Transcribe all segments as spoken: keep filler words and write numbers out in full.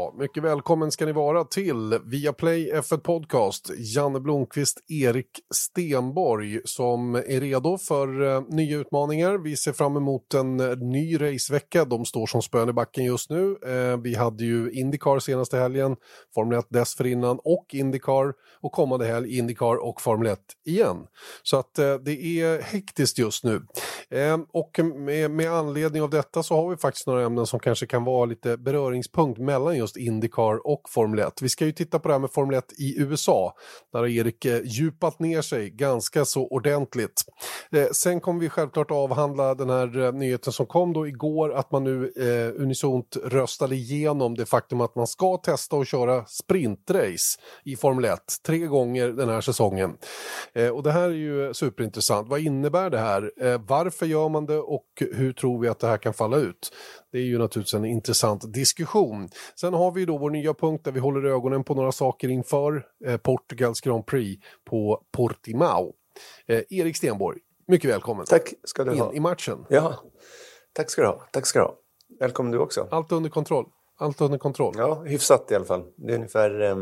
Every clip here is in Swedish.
Ja, mycket välkommen ska ni vara till Viaplay F ett Podcast. Janne Blomqvist, Erik Stenborg som är redo för uh, nya utmaningar. Vi ser fram emot en uh, ny racevecka. De står som spön i backen just nu. Uh, vi hade ju IndyCar senaste helgen, Formel ett dessförinnan och IndyCar och kommande helg IndyCar och Formel ett igen. Så att uh, det är hektiskt just nu. Uh, och med, med anledning av detta så har vi faktiskt några ämnen som kanske kan vara lite beröringspunkt mellan just IndyCar och Formel ett. Vi ska ju titta på det här med Formel ett i U S A. Där har Erik eh, djupat ner sig ganska så ordentligt. Eh, sen kommer vi självklart avhandla den här eh, nyheten som kom då igår. Att man nu eh, unisont röstade igenom det faktum att man ska testa och köra sprintrace i Formel ett. Tre gånger den här säsongen. Eh, och det här är ju superintressant. Vad innebär det här? Eh, varför gör man det och hur tror vi att det här kan falla ut? Det är ju naturligtvis en intressant diskussion. Sen har vi då vår nya punkt där vi håller ögonen på några saker inför eh, Portugals Grand Prix på Portimao. Eh, Erik Stenborg, mycket välkommen. Tack ska du ha. In i matchen. Ja, tack ska du ha. Tack ska du ha. Välkommen du också. Allt under kontroll. Allt under kontroll. Ja, hyfsat i alla fall. Det är ungefär eh,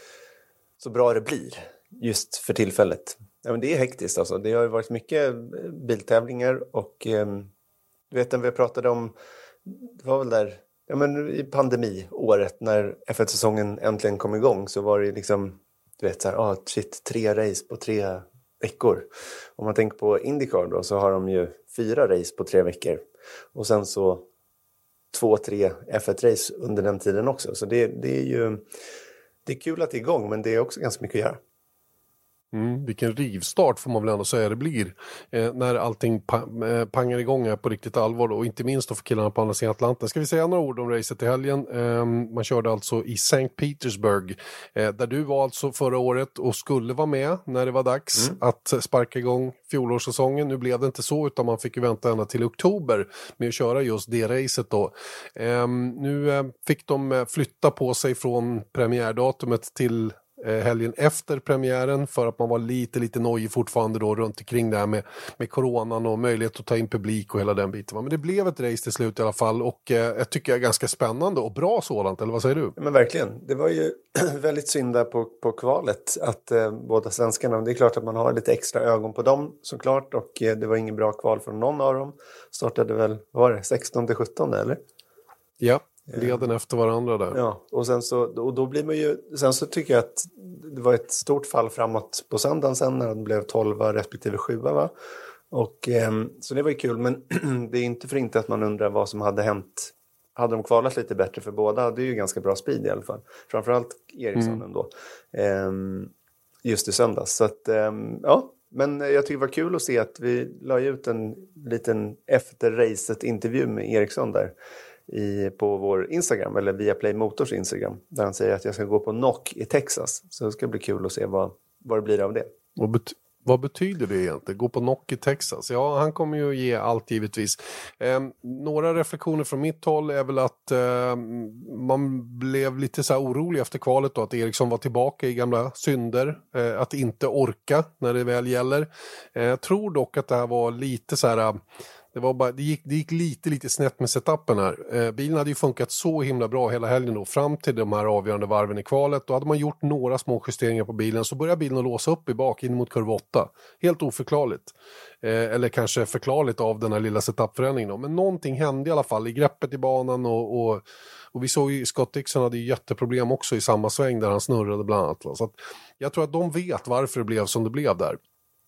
så bra det blir just för tillfället. Ja, men det är hektiskt alltså. Det har ju varit mycket biltävlingar och eh, du vet när vi pratade om, det var väl där ja, men i pandemiåret när F ett-säsongen äntligen kom igång så var det liksom, du vet så här, ah, shit, tre race på tre veckor. Om man tänker på IndyCar då så har de ju fyra race på tre veckor. Och sen så två, tre F ett-race under den tiden också. Så det, det är ju, det är kul att det är igång men det är också ganska mycket att göra. Mm, vilken rivstart får man väl ändå säga det blir eh, när allting pa- eh, pangar igång här på riktigt allvar då, och inte minst då för killarna på andra sidan Atlanten. Ska vi säga några ord om racet i helgen? Eh, man körde alltså i Sankt Petersburg eh, där du var alltså förra året och skulle vara med när det var dags mm. att sparka igång fjolårssäsongen. Nu blev det inte så utan man fick ju vänta ända till oktober med att köra just det racet då. Eh, nu eh, fick de flytta på sig från premiärdatumet till helgen efter premiären för att man var lite lite nojig fortfarande då runt omkring det här med, med coronan och möjlighet att ta in publik och hela den biten. Men det blev ett race till slut i alla fall och eh, jag tycker det är ganska spännande och bra sådant, eller vad säger du? Men verkligen, det var ju väldigt synda på, på kvalet att eh, båda svenskarna, det är klart att man har lite extra ögon på dem såklart och eh, det var ingen bra kval från någon av dem. Startade väl, vad var det, sexton till sjutton eller? Ja. Leden efter varandra där. Ja, och sen så och då blir man ju sen så tycker jag att det var ett stort fall framåt på söndagen sen när de blev tolva respektive sjua va. Och eh, så det var ju kul men det är inte för inte att man undrar vad som hade hänt. Hade de kvalat lite bättre för båda, det är ju ganska bra speed i alla fall. Framförallt Eriksson mm. ändå. Eh, just i söndags så att eh, ja, men jag tycker det var kul att se att vi la ut en liten efter racet intervju med Eriksson där. I, på vår Instagram eller Viaplay Motors Instagram där han säger att jag ska gå på N O C i Texas så det ska bli kul att se vad, vad det blir av det. Vad, bet- vad betyder det egentligen? Gå på N O C i Texas? Ja, han kommer ju ge allt givetvis. Eh, några reflektioner från mitt håll är väl att eh, man blev lite så här orolig efter kvalet då att Eriksson var tillbaka i gamla synder, eh, att inte orka när det väl gäller. Eh, jag tror dock att det här var lite så här Det, var bara, det, gick, det gick lite lite snett med setupen här. Eh, bilen hade ju funkat så himla bra hela helgen då, fram till de här avgörande varven i kvalet. Då hade man gjort några små justeringar på bilen så började bilen att låsa upp i bak in mot kurva åtta. Helt oförklarligt. Eh, eller kanske förklarligt av den här lilla setupförändringen då. Men någonting hände i alla fall i greppet i banan och, och, och vi såg ju Scott Dixon hade ju jätteproblem också i samma sväng där han snurrade bland annat. Va? Så att jag tror att de vet varför det blev som det blev där.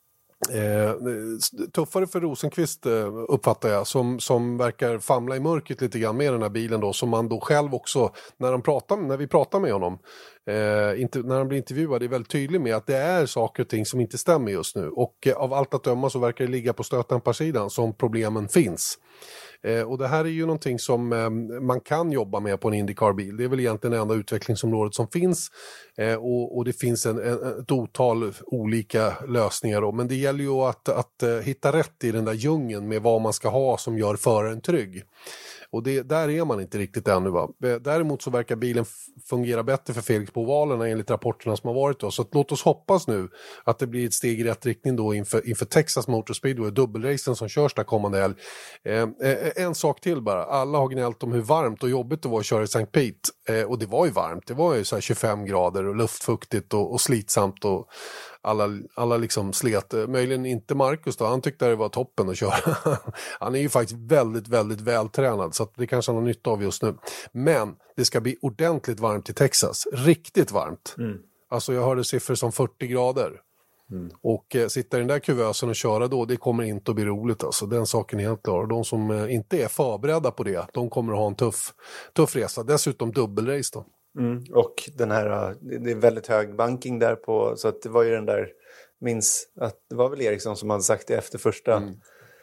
Eh, tuffare för Rosenqvist eh, uppfattar jag som, som verkar famla i mörkret lite grann med den här bilen då som man då själv också när, de pratar, när vi pratar med honom eh, inte, när han blir intervjuad är väldigt tydlig med att det är saker och ting som inte stämmer just nu och eh, av allt att döma så verkar det ligga på stötdämparsidan som problemen finns. Eh, och det här är ju någonting som eh, man kan jobba med på en IndyCar-bil. Det är väl egentligen det enda utvecklingsområdet som finns. Eh, och, och det finns en, en, ett otal olika lösningar då. Men det gäller ju att, att, att hitta rätt i den där djungeln med vad man ska ha som gör föraren trygg. Och det, där är man inte riktigt ännu. Va? Däremot så verkar bilen f- fungera bättre för Felix på ovalerna enligt rapporterna som har varit då. Så att, låt oss hoppas nu att det blir ett steg i rätt riktning då inför, inför Texas Motor Speedway, dubbelracen som körs där kommande helg. Eh, en sak till bara, alla har gnällt om hur varmt och jobbigt det var att köra i Sankt Pete. Eh, och det var ju varmt, det var ju så här tjugofem grader och luftfuktigt och, och slitsamt och alla, alla liksom slet. Möjligen inte Marcus då, han tyckte det var toppen att köra. Han är ju faktiskt väldigt, väldigt vältränad så att det kanske han har nytta av just nu. Men det ska bli ordentligt varmt i Texas, riktigt varmt. Mm. Alltså jag hörde siffror som fyrtio grader. Mm. Och eh, sitta i den där kuvösen och köra då, det kommer inte att bli roligt alltså. Den saken är helt klar. De som eh, inte är förberedda på det, de kommer att ha en tuff, tuff resa. Dessutom dubbelrace då. Mm. Och den här, det är väldigt hög banking där på, så att det var ju den där, minns att det var väl Eriksson som hade sagt det efter första, mm.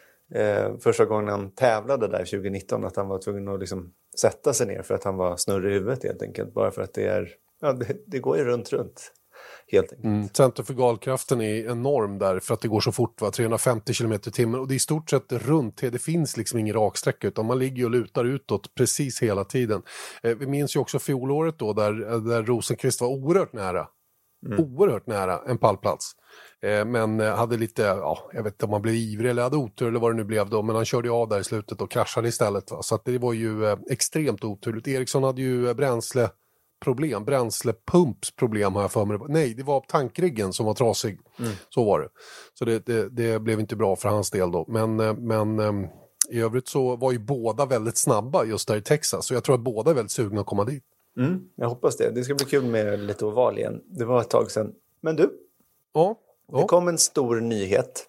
eh, första gången han tävlade där tjugonitton, att han var tvungen att liksom sätta sig ner för att han var snurrig i huvudet helt enkelt. Bara för att det är, ja det, det går ju runt runt. Helt enkelt. Mm. Centrifugalkraften är enorm där för att det går så fort, va? trehundrafemtio kilometer i timmen och det är i stort sett runt, det finns liksom ingen raksträcka utan man ligger och lutar utåt precis hela tiden. Eh, vi minns ju också fjolåret då där, där Rosenqvist var oerhört nära, mm. oerhört nära en pallplats. Eh, men hade lite, ja, jag vet inte om han blev ivrig eller hade otur eller vad det nu blev då, men han körde av där i slutet och kraschade istället. Va? Så att det var ju eh, extremt oturligt. Eriksson hade ju bränsle problem, bränslepumpsproblem har jag för mig. Nej, det var tankriggen som var trasig. Mm. Så var det. Så det, det, det blev inte bra för hans del då. Men, men i övrigt så var ju båda väldigt snabba just där i Texas. Så jag tror att båda är väldigt sugna att komma dit. Mm, jag hoppas det. Det ska bli kul med lite oval igen. Det var ett tag sedan. Men du, ja, ja. Det kom en stor nyhet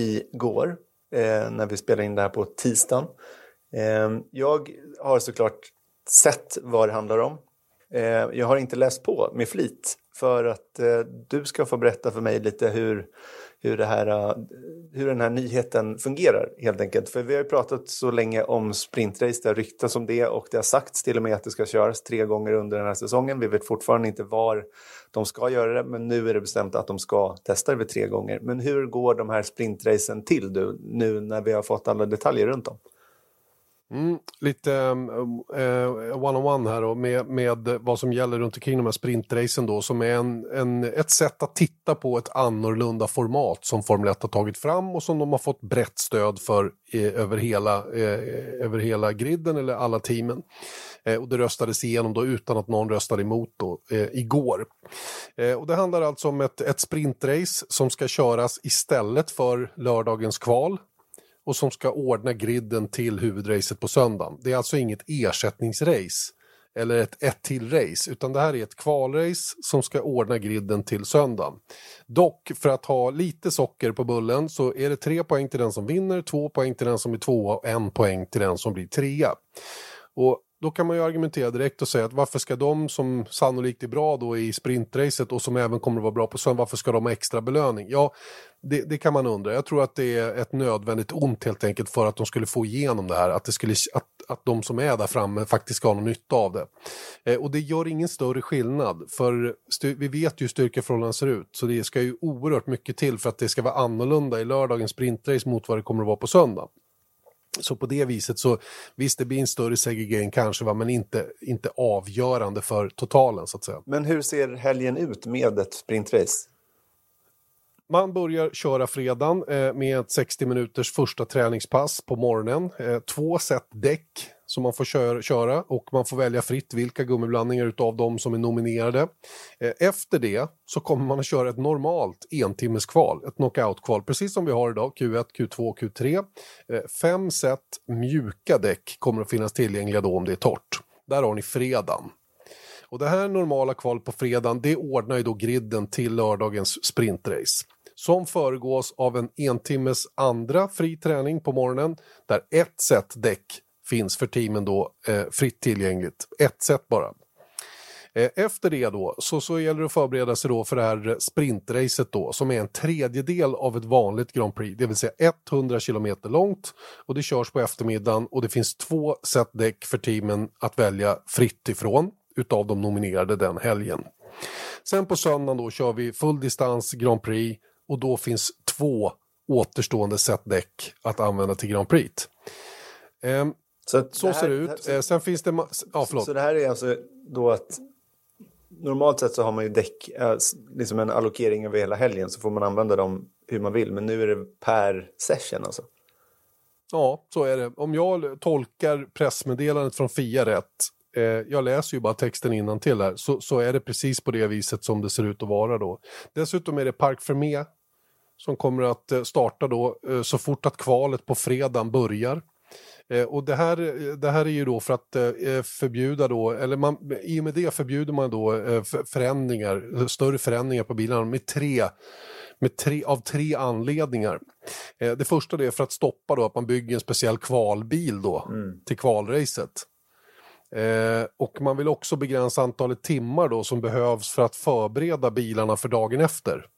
igår eh, när vi spelade in det här på tisdagen. Eh, jag har såklart sett vad det handlar om. Jag har inte läst på med flit för att eh, du ska få berätta för mig lite hur, hur, det här, hur den här nyheten fungerar helt enkelt. För vi har ju pratat så länge om sprintrace, det har ryktats om det och det har sagts till och med att det ska köras tre gånger under den här säsongen. Vi vet fortfarande inte var de ska göra det, men nu är det bestämt att de ska testa det vid tre gånger. Men hur går de här sprintracen till du, nu när vi har fått alla detaljer runt om? Mm, lite uh, one-on-one här då, med, med vad som gäller runt omkring de här sprintracen då, som är en, en, ett sätt att titta på ett annorlunda format som Formel ett har tagit fram och som de har fått brett stöd för eh, över, hela, eh, över hela griden eller alla teamen. Eh, och det röstades igenom då utan att någon röstade emot då, eh, igår. Eh, och det handlar alltså om ett, ett sprintrace som ska köras istället för lördagens kval. Och som ska ordna griden till huvudracet på söndagen. Det är alltså inget ersättningsrace eller ett ett till race, utan det här är ett kvalrace som ska ordna griden till söndagen. Dock, för att ha lite socker på bullen så är det tre poäng till den som vinner, två poäng till den som är tvåa och en poäng till den som blir trea. Och då kan man ju argumentera direkt och säga att varför ska de som sannolikt är bra då i sprintracet och som även kommer att vara bra på söndag, varför ska de ha extra belöning? Ja, det, det kan man undra. Jag tror att det är ett nödvändigt ont helt enkelt för att de skulle få igenom det här. Att, det skulle, att, att de som är där framme faktiskt ska ha någon nytta av det. Eh, och det gör ingen större skillnad. För styr, vi vet ju hur styrkeförhållanden ser ut. Så det ska ju oerhört mycket till för att det ska vara annorlunda i lördagens sprintrace mot vad det kommer att vara på söndag. Så på det viset så visst det blir en större segregering kanske va, men inte, inte avgörande för totalen så att säga. Men hur ser helgen ut med ett sprintrace? Man börjar köra fredagen eh, med ett sextio minuters första träningspass på morgonen. Eh, två set däck som man får köra, köra och man får välja fritt vilka gummiblandningar utav dem som är nominerade. Eh, efter det så kommer man att köra ett normalt entimmeskval, ett knockout-kval, precis som vi har idag, Q ett, Q två, Q tre. Eh, fem set mjuka däck kommer att finnas tillgängliga då om det är torrt. Där har ni fredagen. Och det här normala kval på fredagen, det ordnar ju då griden till lördagens sprintrace. Som föregås av en entimmes andra fri träning på morgonen där ett set däck finns för teamen då eh, fritt tillgängligt. Ett set bara. Eh, efter det då så, så gäller det att förbereda sig då för det här sprintracet då som är en tredjedel av ett vanligt Grand Prix. Det vill säga hundra kilometer långt och det körs på eftermiddagen och det finns två set däck för teamen att välja fritt ifrån utav de nominerade den helgen. Sen på söndagen då kör vi full distans Grand Prix och då finns två återstående set däck att använda till Grand Prix. Eh, Så, att Så det här, ser det ut. Så, Sen finns det... Ma- ja, förlåt. så det här är alltså då att normalt sett så har man ju däck, liksom en allokering över hela helgen, så får man använda dem hur man vill. Men nu är det per session alltså. Ja, så är det. Om jag tolkar pressmeddelandet från F I A rätt, eh, jag läser ju bara texten innantill här, så, så är det precis på det viset som det ser ut att vara då. Dessutom är det Parc Fermé som kommer att eh, starta då eh, så fort att kvalet på fredagen börjar. Eh, och det här, det här är ju då för att eh, förbjuda då, eller man, i och med det förbjuder man då eh, förändringar, större förändringar på bilarna med tre Med tre, av tre anledningar. Eh, det första det är för att stoppa då att man bygger en speciell kvalbil då mm. till kvalracet. Eh, och man vill också begränsa antalet timmar då som behövs för att förbereda bilarna för dagen efter.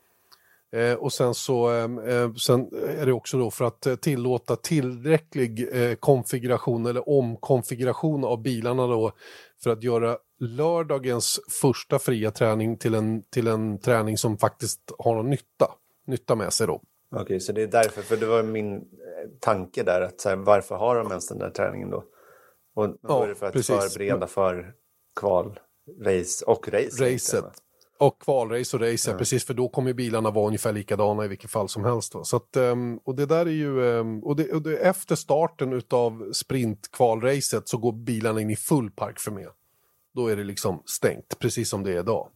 Eh, och sen så eh, sen är det också då för att eh, tillåta tillräcklig eh, konfiguration eller omkonfiguration av bilarna då för att göra lördagens första fria träning till en, till en träning som faktiskt har någon nytta, nytta med sig då. Okej, okay, så det är därför, för det var min tanke där, att så här, varför har de ens den där träningen då? Och då ja, är det för att precis. förbereda för kval, race och race. Racet. Och kvalrace och race, ja. Precis, för då kommer bilarna vara ungefär likadana i vilket fall som helst. Va? Så att, och det där är ju, och det, och det, efter starten utav sprint-kvalracet så går bilarna in i full Parc Fermé. Då är det liksom stängt, precis som det är idag.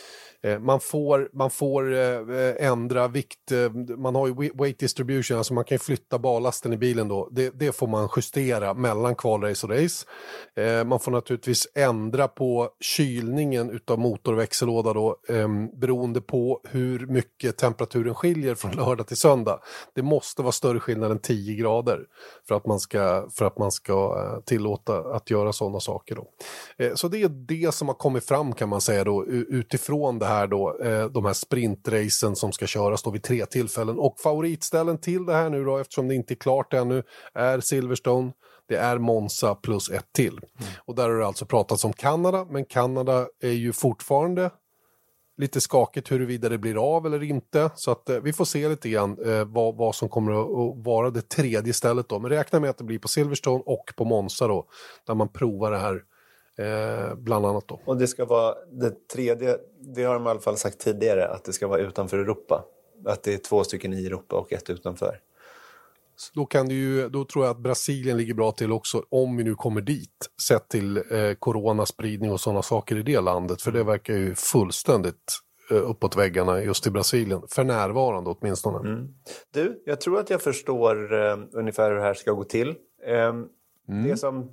Man får, man får ändra vikt, man har ju weight distribution, alltså man kan flytta ballasten i bilen då. Det, det får man justera mellan kvalrace och race. Man får naturligtvis ändra på kylningen utav motorväxellåda då, beroende på hur mycket temperaturen skiljer från lördag till söndag. Det måste vara större skillnad än tio grader för att man ska, för att man ska tillåta att göra sådana saker då. Så det är det som har kommit fram, kan man säga då, utifrån det här då, de här sprintracen som ska köras då vid tre tillfällen. Och favoritställen till det här nu då, eftersom det inte är klart ännu, är Silverstone, det är Monza plus ett till. Mm. Och där har det alltså pratats om Kanada, men Kanada är ju fortfarande lite skakigt huruvida det blir av eller inte. Så att eh, vi får se lite grann eh, vad, vad som kommer att, att vara det tredje stället då. Men räkna med att det blir på Silverstone och på Monza då, där man provar det här Eh, bland annat då. Och det ska vara det tredje, det har de i alla fall sagt tidigare, att det ska vara utanför Europa. Att det är två stycken i Europa och ett utanför. Då, kan det ju, då tror jag att Brasilien ligger bra till också, om vi nu kommer dit, sett till eh, coronaspridning och sådana saker i det landet. För det verkar ju fullständigt eh, uppåt väggarna just i Brasilien, för närvarande åtminstone. Mm. Du, jag tror att jag förstår eh, ungefär hur det här ska gå till. Eh, mm. Det som...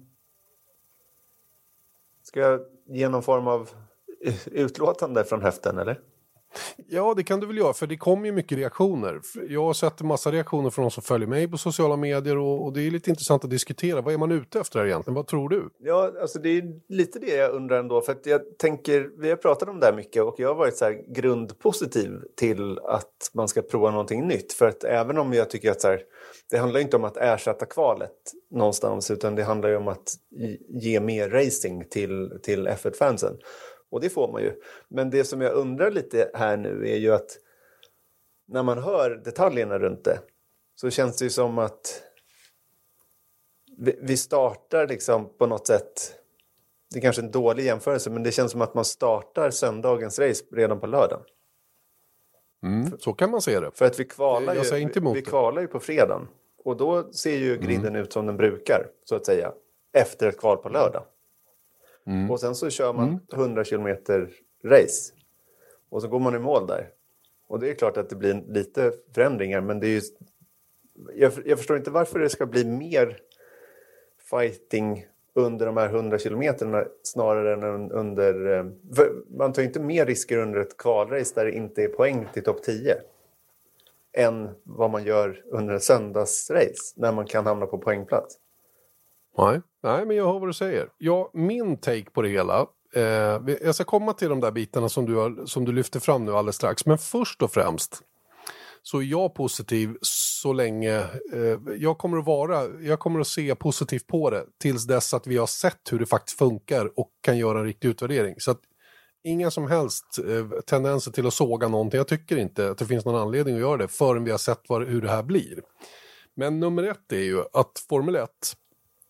Ska jag ge någon form av utlåtande från höften, eller? Ja, det kan du väl göra, för det kommer ju mycket reaktioner. Jag har sett en massa reaktioner från de som följer mig på sociala medier och, och det är lite intressant att diskutera. Vad är man ute efter här egentligen? Vad tror du? Ja, alltså det är lite det jag undrar ändå, för att jag tänker, vi har pratat om det här mycket och jag har varit så här grundpositiv till att man ska prova någonting nytt. För att även om jag tycker att så här, det handlar inte om att ersätta kvalet någonstans, utan det handlar ju om att ge mer racing till, till F ett-fansen. Och det får man ju. Men det som jag undrar lite här nu är ju att när man hör detaljerna runt det, så känns det ju som att vi, vi startar liksom på något sätt, det är kanske en dålig jämförelse, men det känns som att man startar söndagens race redan på lördagen. Mm, så kan man se det. För att vi kvalar jag säger inte emot vi, vi kvalar ju på fredagen. Och då ser ju griden mm. ut som den brukar, så att säga, efter ett kval på lördag. Mm. Och sen så kör man mm. hundra kilometer race. Och så går man i mål där. Och det är klart att det blir lite förändringar. Men det är ju... Jag, jag förstår inte varför det ska bli mer fighting under de här hundra kilometerna snarare än under... Man tar ju inte mer risker under ett kvalrace där det inte är poäng till topp tio. Än vad man gör under en söndagsrace när man kan hamna på poängplats. Nej, nej, men jag hör vad du säger. Ja, min take på det hela, eh, jag ska komma till de där bitarna som du, har, som du lyfter fram nu alldeles strax. Men först och främst så är jag positiv så länge, eh, jag kommer att vara, jag kommer att se positivt på det tills dess att vi har sett hur det faktiskt funkar och kan göra en riktig utvärdering. Så att inga som helst eh, tendenser till att såga någonting. Jag tycker inte att det finns någon anledning att göra det förrän vi har sett vad, hur det här blir. Men nummer ett är ju att Formel ett,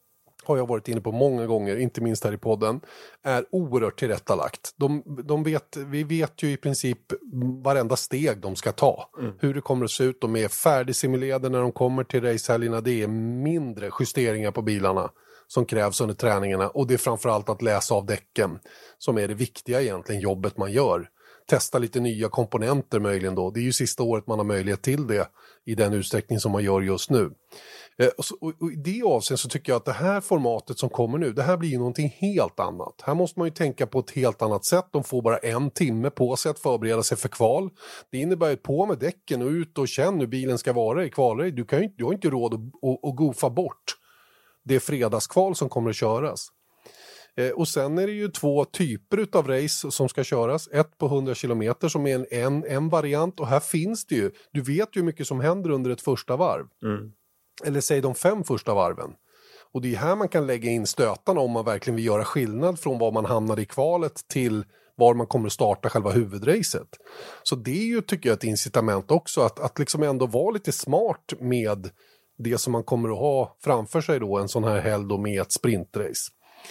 har jag varit inne på många gånger, inte minst här i podden, är oerhört tillrättalagt. De, de vet, vi vet ju i princip varenda steg de ska ta. Mm. Hur det kommer att se ut. De är färdigsimulerade när de kommer till racehelgerna. Det är mindre justeringar på bilarna som krävs under träningarna. Och det är framförallt att läsa av däcken som är det viktiga egentligen, jobbet man gör. Testa lite nya komponenter möjligen då. Det är ju sista året man har möjlighet till det i den utsträckning som man gör just nu. Eh, och, så, och, och i det avseendet så tycker jag att det här formatet som kommer nu, det här blir ju någonting helt annat. Här måste man ju tänka på ett helt annat sätt. De får bara en timme på sig att förbereda sig för kval. Det innebär ju på med däcken och ut och känn hur bilen ska vara i kvalrace. Du, kan ju, du har inte råd att, att, att goofa bort det fredagskval som kommer att köras. Eh, och sen är det ju två typer av race som ska köras. Ett på hundra kilometer som är en, en, en variant. Och här finns det ju, du vet ju hur mycket som händer under ett första varv. Mm. Eller säg de fem första varven. Och det är här man kan lägga in stötarna om man verkligen vill göra skillnad från var man hamnar i kvalet till var man kommer att starta själva huvudracet. Så det är ju, tycker jag, ett incitament också att, att liksom ändå vara lite smart med det som man kommer att ha framför sig då, en sån här helg då med ett sprintrace.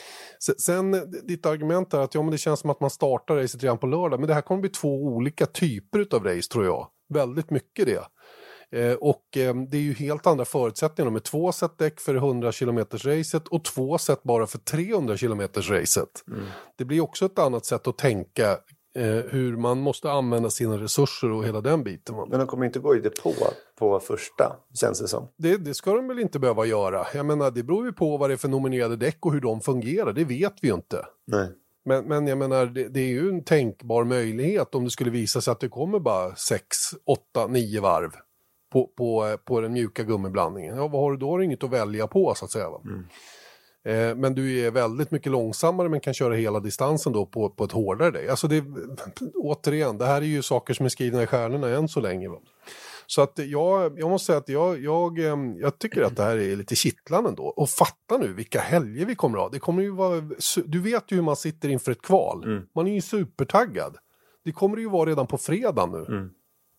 Sen ditt argument är att ja, men det känns som att man startar racet redan på lördag, men det här kommer bli två olika typer av race tror jag. Väldigt mycket det. Eh, och eh, det är ju helt andra förutsättningar med två set däck för hundra kilometers racet och två set bara för trehundra kilometers racet. Mm. Det blir också ett annat sätt att tänka eh, hur man måste använda sina resurser och hela den biten. Men de kommer inte gå i depå på första, känns det som. Det, det ska de väl inte behöva göra. Jag menar, det beror ju på vad det är för nominerade däck och hur de fungerar. Det vet vi ju inte. Nej. Men, men jag menar, det, det är ju en tänkbar möjlighet om det skulle visa sig att det kommer bara sex, åtta, nio varv på, på, på den mjuka gummiblandningen. Ja, vad har du då? Har du inget att välja på, så att säga. Va? Mm. Eh, men du är väldigt mycket långsammare men kan köra hela distansen då på, på ett hårdare däck. Alltså det, återigen, det här är ju saker som är skrivna i stjärnorna än så länge. Va? Så att jag, jag måste säga att jag, jag, jag tycker att det här är lite kittlande då. Och fatta nu vilka helger vi kommer att ha. Det kommer ju vara, du vet ju hur man sitter inför ett kval. Mm. Man är ju supertaggad. Det kommer ju vara redan på fredag nu. Mm.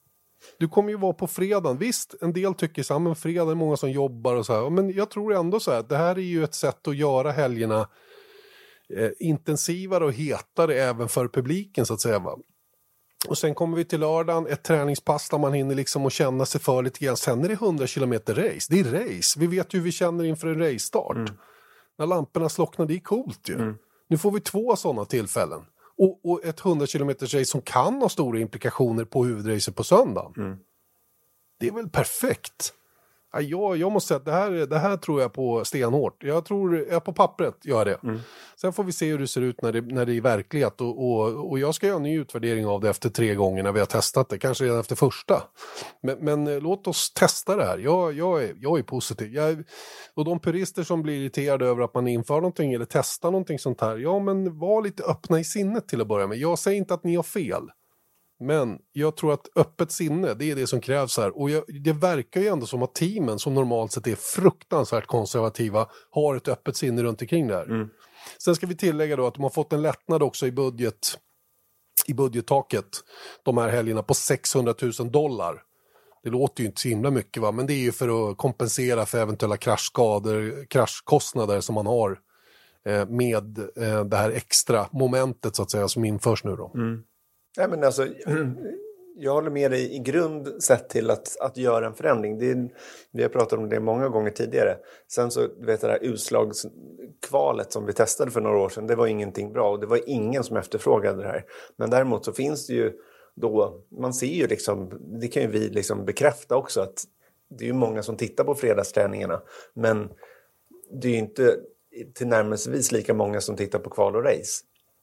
Du kommer ju vara på fredagen. Visst, en del tycker så här, men fredag är många som jobbar och så här. Men jag tror ändå så här att det här är ju ett sätt att göra helgerna eh, intensivare och hetare även för publiken, så att säga, va? Och sen kommer vi till lördagen, ett träningspass där man hinner liksom att känna sig för lite grann. Sen är det hundra kilometer race. Det är race. Vi vet ju hur vi känner inför en race-start. Mm. När lamporna slocknar, det är coolt ju. Mm. Nu får vi två sådana tillfällen. Och, och ett hundra kilometer race som kan ha stora implikationer på huvudracet på söndagen. Mm. Det är väl perfekt. Ja, jag, jag måste säga att det här, det här tror jag på stenhårt. Jag tror, jag på pappret gör det. Mm. Sen får vi se hur det ser ut när det, när det är verklighet. Och, och, och jag ska göra en ny utvärdering av det efter tre gånger när vi har testat det. Kanske redan efter första. Men, men låt oss testa det här. Jag, jag, är, jag är positiv. Jag, och de purister som blir irriterade över att man inför någonting eller testar någonting sånt här. Ja, men var lite öppna i sinnet till att börja med. Jag säger inte att ni har fel. Men jag tror att öppet sinne, det är det som krävs här. Och jag, det verkar ju ändå som att teamen som normalt sett är fruktansvärt konservativa har ett öppet sinne runt omkring det här. Mm. Sen ska vi tillägga då att de har fått en lättnad också i budget i budgettaket de här helgerna på sexhundratusen dollar. Det låter ju inte så himla mycket, va? Men det är ju för att kompensera för eventuella kraschskador, kraschkostnader som man har eh, med eh, det här extra momentet, så att säga, som införs nu då. Mm. Nej, men alltså, jag håller med dig i grund sett till att, att göra en förändring. Det är, vi har pratat om det många gånger tidigare. Sen så, du vet, det här utslagskvalet som vi testade för några år sedan, det var ingenting bra. Och det var ingen som efterfrågade det här. Men däremot så finns det ju då, man ser ju liksom, det kan ju vi liksom bekräfta också, att det är ju många som tittar på fredagsträningarna. Men det är ju inte tillnärmelsevis lika många som tittar på kval och race.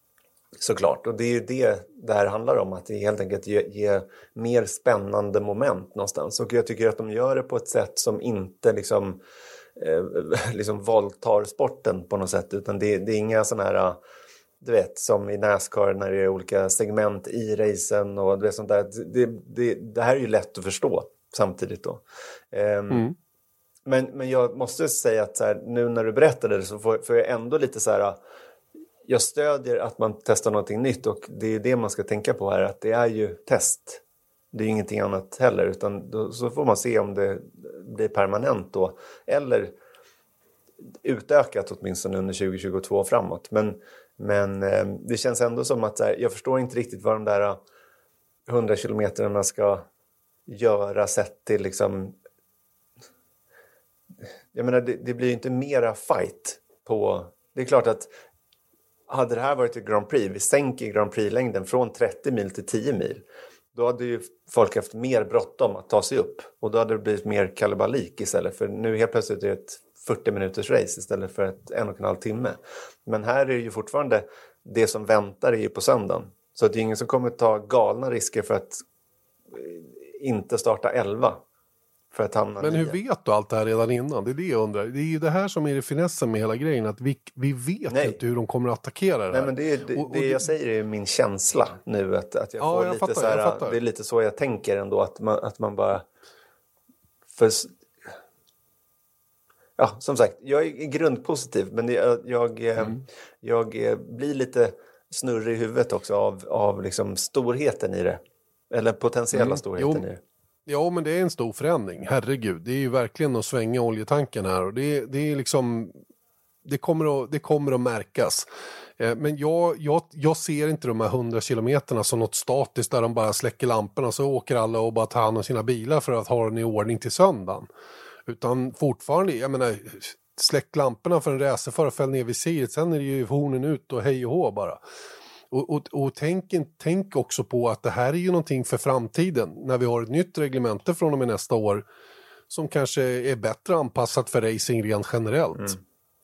Såklart, och det är ju det det här handlar om, att det helt enkelt ge, ge mer spännande moment någonstans. Och jag tycker att de gör det på ett sätt som inte liksom, eh, liksom våldtar sporten på något sätt, utan det, det är inga sådana här, du vet, som i NASCAR när det är olika segment i racen och det, sånt där. Det, det, det här är ju lätt att förstå samtidigt då. Eh, mm. men, men jag måste säga att så här, nu när du berättade det så får, får jag ändå lite så här, jag stödjer att man testar någonting nytt, och det är det man ska tänka på här, att det är ju test. Det är ingenting annat heller, utan då, så får man se om det blir permanent då. Eller utökat åtminstone under tjugo tjugotvå framåt. Men, men eh, det känns ändå som att här, jag förstår inte riktigt vad de där hundra kilometerna ska göra sett till liksom... Jag menar, det, det blir ju inte mera fight på... Det är klart att hade det här varit ett Grand Prix, vi sänker Grand Prix-längden från trettio mil till tio mil, då hade ju folk haft mer bråttom att ta sig upp. Och då hade det blivit mer kalabalik istället. För nu helt plötsligt är det ett fyrtio minuters race istället för ett en och en halv timme. Men här är det ju fortfarande det som väntar är ju på söndagen. Så det är ingen som kommer ta galna risker för att inte starta elva. För att hamna Men hur nio. vet du allt det här redan innan? Det är det jag undrar. Det är ju det här som är det finessen med hela grejen. Att vi, vi vet Nej. inte hur de kommer att attackera det här. Nej, men det, är, det, och, och det det, jag säger är min känsla nu. Att, att jag Ja, får jag lite fattar, så här, jag fattar. det är lite så jag tänker ändå. Att man, att man bara... För, ja, som sagt, jag är grundpositiv. Men jag, jag, mm. jag, jag blir lite snurrig i huvudet också av, av liksom storheten i det. Eller potentiella mm. storheten jo. i det. Ja, men det är en stor förändring. Herregud, det är ju verkligen att svänga oljetanken här. Och det, det är liksom... Det kommer att, det kommer att märkas. Eh, men jag, jag, jag ser inte de här hundra kilometerna som något statiskt där de bara släcker lamporna så åker alla och bara tar hand om sina bilar för att ha den i ordning till söndagen. Utan fortfarande, jag menar, släck lamporna för en racerförare, fäll ner visiret, sen är det ju hornen ut och hej och hå bara. Och, och, och tänk, tänk också på att det här är ju någonting för framtiden. När vi har ett nytt reglemente från och med nästa år som kanske är bättre anpassat för racing rent generellt. Mm.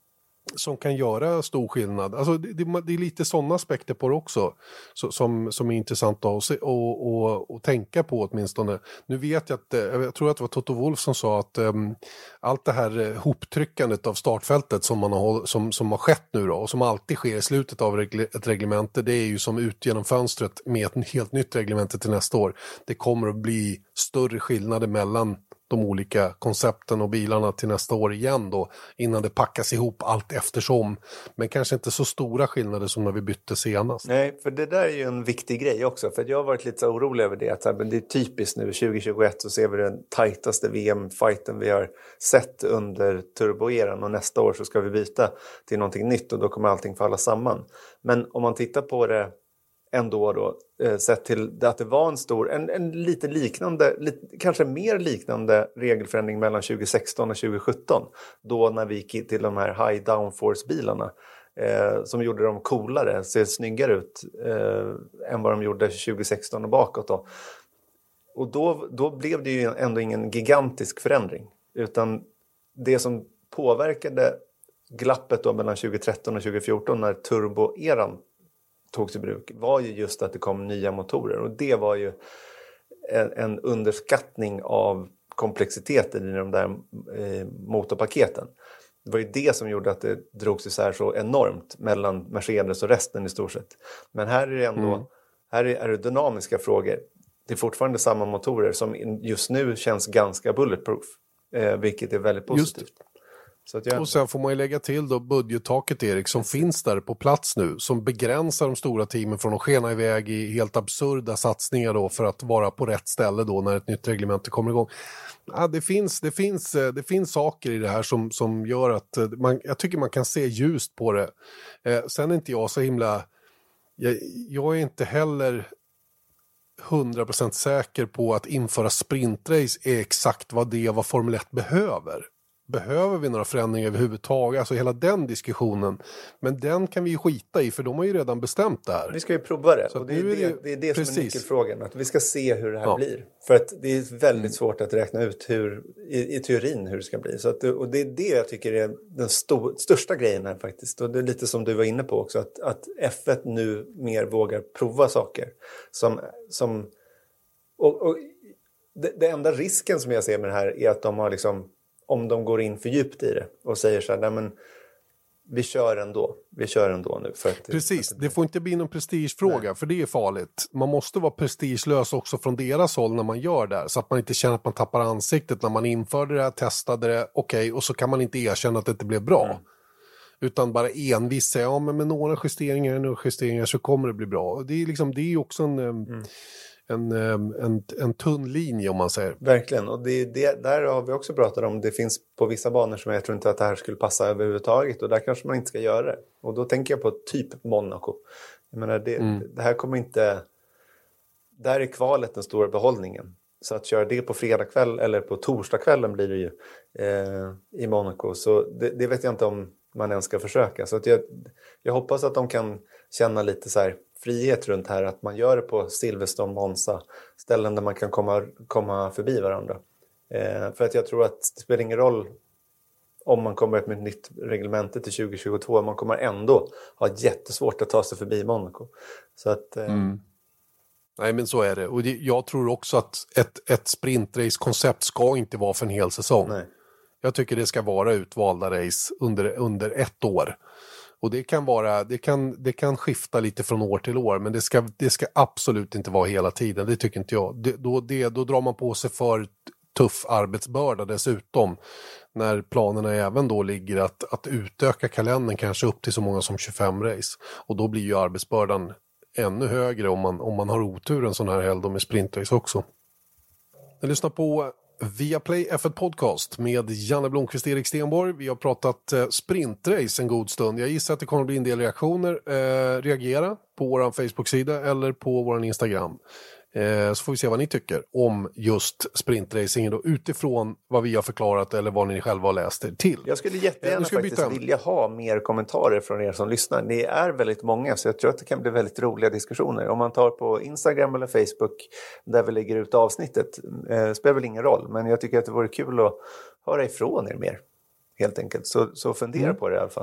Som kan göra stor skillnad. Alltså det, det, det är lite sådana aspekter på det också så, som, som är intressant att se, och, och, och tänka på åtminstone. Nu vet jag att, jag tror att det var Toto Wolff som sa att um, allt det här hoptryckandet av startfältet som, man har, som, som har skett nu då, och som alltid sker i slutet av regle, ett reglemente, det är ju som ut genom fönstret med ett helt nytt reglemente till nästa år. Det kommer att bli större skillnader mellan de olika koncepten och bilarna till nästa år igen då, innan det packas ihop allt eftersom. Men kanske inte så stora skillnader som när vi bytte senast. Nej, för det där är ju en viktig grej också. För jag har varit lite så orolig över det. Att det är typiskt nu, tjugo tjugoett så ser vi den tajtaste V M-fighten vi har sett under turboeran. Och nästa år så ska vi byta till någonting nytt och då kommer allting falla samman. Men om man tittar på det ändå då, eh, sett till att det var en stor, en, en lite liknande, lite, kanske mer liknande regelförändring mellan tjugo sexton och tjugo sjutton. Då när vi gick till de här high downforce-bilarna eh, som gjorde dem coolare, ser snyggare ut eh, än vad de gjorde tjugo sexton och bakåt då. Och då, då blev det ju ändå ingen gigantisk förändring. Utan det som påverkade glappet då mellan tjugo tretton och tjugo fjorton när turboeran togs i bruk var ju just att det kom nya motorer. Och det var ju en, en underskattning av komplexiteten i de där eh, motorpaketen. Det var ju det som gjorde att det drogs isär så enormt mellan Mercedes och resten i stort sett. Men här är det ändå mm. här är, är det dynamiska frågor. Det är fortfarande samma motorer som just nu känns ganska bulletproof. Eh, vilket är väldigt positivt. Just. Så att jag... Och sen får man ju lägga till då budgettaket, Erik, som finns där på plats nu, som begränsar de stora teamen från att skena iväg i helt absurda satsningar då för att vara på rätt ställe då när ett nytt reglement kommer igång. Ja, det finns, det finns, det finns saker i det här som, som gör att man, jag tycker man kan se ljust på det. Eh, sen är inte jag så himla, jag, jag är inte heller hundra procent säker på att införa sprintrace är exakt vad det vad Formel ett behöver. Behöver vi några förändringar överhuvudtaget? Alltså hela den diskussionen. Men den kan vi ju skita i för de har ju redan bestämt det här. Vi ska ju prova det. Så och det, är det, det, det är det som är nyckelfrågan. Att vi ska se hur det här ja. blir. För att det är väldigt mm. svårt att räkna ut hur, i, i teorin hur det ska bli. Så att, och det är det jag tycker är den stor, största grejen här faktiskt. Och det är lite som du var inne på också. Att, att F ett nu mer vågar prova saker. Som... som och, och det, det enda risken som jag ser med det här är att de har liksom... Om de går in för djupt i det och säger så här, nej men vi kör ändå, vi kör ändå nu. För att, Precis, för att det, det får inte bli någon prestigefråga nej. För det är farligt. Man måste vara prestigelös också från deras håll när man gör det här, så att man inte känner att man tappar ansiktet när man införde det här, testade det, okej, okay, och så kan man inte erkänna att det inte blev bra. Mm. Utan bara envis säga, ja men med några justeringar, några justeringar så kommer det bli bra. Det är liksom, det är också en... Mm. en, en, en tunn linje om man säger. Verkligen, och det, det, där har vi också pratat om. Det finns på vissa banor som jag tror inte att det här skulle passa överhuvudtaget, och där kanske man inte ska göra det. Och då tänker jag på typ Monaco. Jag menar, det, mm. det här kommer inte... Där är kvalet den stora behållningen. Så att köra det på fredagkväll eller på torsdagskvällen blir det ju eh, i Monaco. Så det, det vet jag inte om man ens ska försöka. Så att jag, jag hoppas att de kan känna lite så här frihet runt här. Att man gör det på Silverstone, Monza. Ställen där man kan komma, komma förbi varandra. Eh, för att jag tror att det spelar ingen roll om man kommer med ett nytt reglemente till tjugo tjugotvå. Man kommer ändå ha jättesvårt att ta sig förbi Monaco. Så att... Eh, mm. Nej, men så är det. Och det, jag tror också att ett, ett sprintrace-koncept ska inte vara för en hel säsong. Nej. Jag tycker det ska vara utvalda race under, under ett år. Och det kan vara, det kan, det kan skifta lite från år till år, men det ska, det ska absolut inte vara hela tiden. Det tycker inte jag. Det, då, det, då drar man på sig för tuff arbetsbörda dessutom. När planerna även då ligger att, att utöka kalendern kanske upp till så många som tjugofem race. Och då blir ju arbetsbördan ännu högre om man, om man har otur en sån här helg med sprintrace också. Jag lyssnar på Viaplay F ett Podcast med Janne Blomqvist och Erik Stenborg. Vi har pratat eh, sprintrace en god stund. Jag gissar att det kommer att bli en del reaktioner. Eh, reagera på vår Facebook-sida eller på vår Instagram. Eh, så får vi se vad ni tycker om just sprintracingen då, utifrån vad vi har förklarat eller vad ni själva har läst er till. Jag skulle jättegärna eh, faktiskt vilja ha mer kommentarer från er som lyssnar. Ni är väldigt många, så jag tror att det kan bli väldigt roliga diskussioner. Om man tar på Instagram eller Facebook där vi lägger ut avsnittet, eh, spelar väl ingen roll, men jag tycker att det vore kul att höra ifrån er mer, helt enkelt. Så, så fundera mm. på det i alla fall.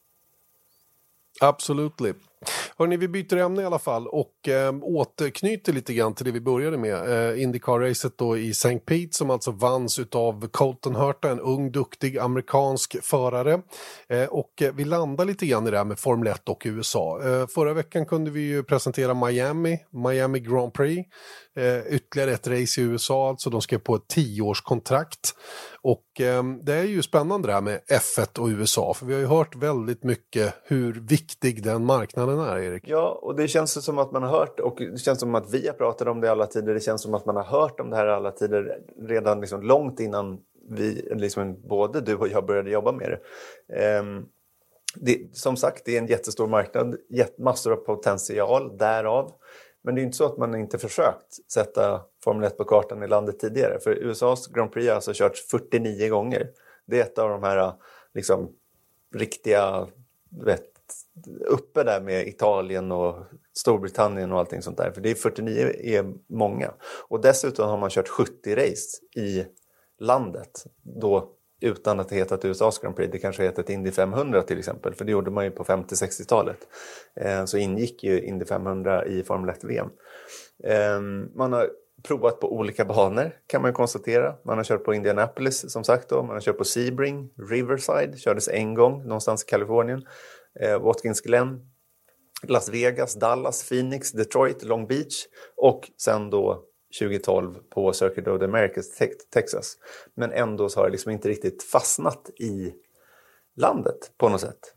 Absolut. Hörrni, vi byter ämne i alla fall och äh, återknyter lite grann till det vi började med. Äh, Indycar-racet då i Saint Pete som alltså vanns utav Colton Herta, en ung, duktig amerikansk förare. Äh, och äh, vi landar lite grann i det här med Formel ett och U S A. Äh, förra veckan kunde vi ju presentera Miami, Miami Grand Prix. Äh, ytterligare ett race i U S A, alltså de skrev på ett tioårskontrakt. Och eh, det är ju spännande det här med F ett och U S A, för vi har ju hört väldigt mycket hur viktig den marknaden är, Erik. Ja, och det känns som att man har hört, och det känns som att vi har pratat om det alla tider, det känns som att man har hört om det här alla tider redan liksom långt innan vi, liksom, både du och jag började jobba med det. Eh, det. Som sagt, det är en jättestor marknad, massor av potential därav. Men det är inte så att man inte försökt sätta Formel ett på kartan i landet tidigare. För U S A:s Grand Prix har alltså körts fyrtionio gånger. Det är ett av de här liksom, riktiga, vet, uppe där med Italien och Storbritannien och allting sånt där. För det är fyrtionio är många. Och dessutom har man kört sjuttio race i landet. Då utan att det hetat U S A:s Grand Prix. Det kanske hetat Indy femhundra till exempel. För det gjorde man ju på femtio-sextiotalet. Eh, så ingick ju Indy femhundra i Formel ett-V M. Eh, man har provat på olika banor kan man konstatera. Man har kört på Indianapolis som sagt då. Man har kört på Sebring, Riverside. Kördes en gång någonstans i Kalifornien. Eh, Watkins Glen, Las Vegas, Dallas, Phoenix, Detroit, Long Beach. Och sen då tjugo-tolv på Circuit of the Americas, Texas. Men ändå så har det liksom inte riktigt fastnat i landet på något sätt.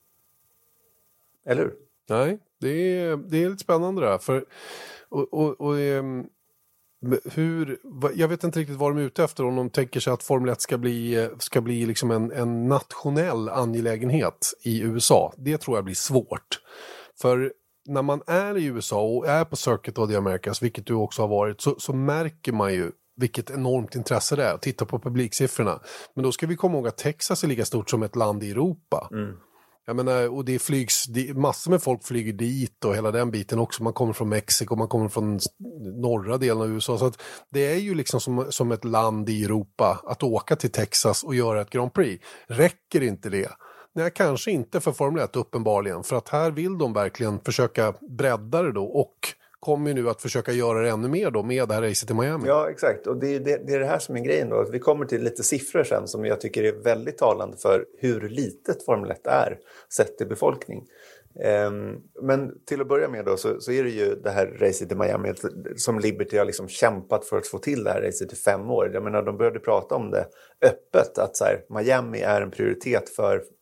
Eller hur? Nej, det är, det är lite spännande det här. För, och, och, och, hur, jag vet inte riktigt vad de är ute efter, om de tänker sig att Formel ett ska bli, ska bli liksom en, en nationell angelägenhet i U S A. Det tror jag blir svårt. För när man är i U S A och är på Circuit of the Americas, vilket du också har varit, så, så märker man ju vilket enormt intresse det är att titta på publiksiffrorna. Men då ska vi komma ihåg att Texas är lika stort som ett land i Europa. Mm. Jag menar, och det flygs, det, massor med folk flyger dit och hela den biten också. Man kommer från Mexiko, man kommer från norra delen av U S A. Så att det är ju liksom som, som ett land i Europa att åka till Texas och göra ett Grand Prix. Räcker inte det? Nej, kanske inte för Formel ett uppenbarligen. För att här vill de verkligen försöka bredda det då och kommer ju nu att försöka göra det ännu mer då med det här racet i Miami. Ja, exakt. Och det är det, det är det här som är grejen då. Vi kommer till lite siffror sen som jag tycker är väldigt talande för hur litet Formel ett är sett till befolkning. Um, men till att börja med då så, så är det ju det här racet i Miami som Liberty har liksom kämpat för att få till det här racet i fem år. Jag menar, de började prata om det öppet att så här, Miami är en prioritet för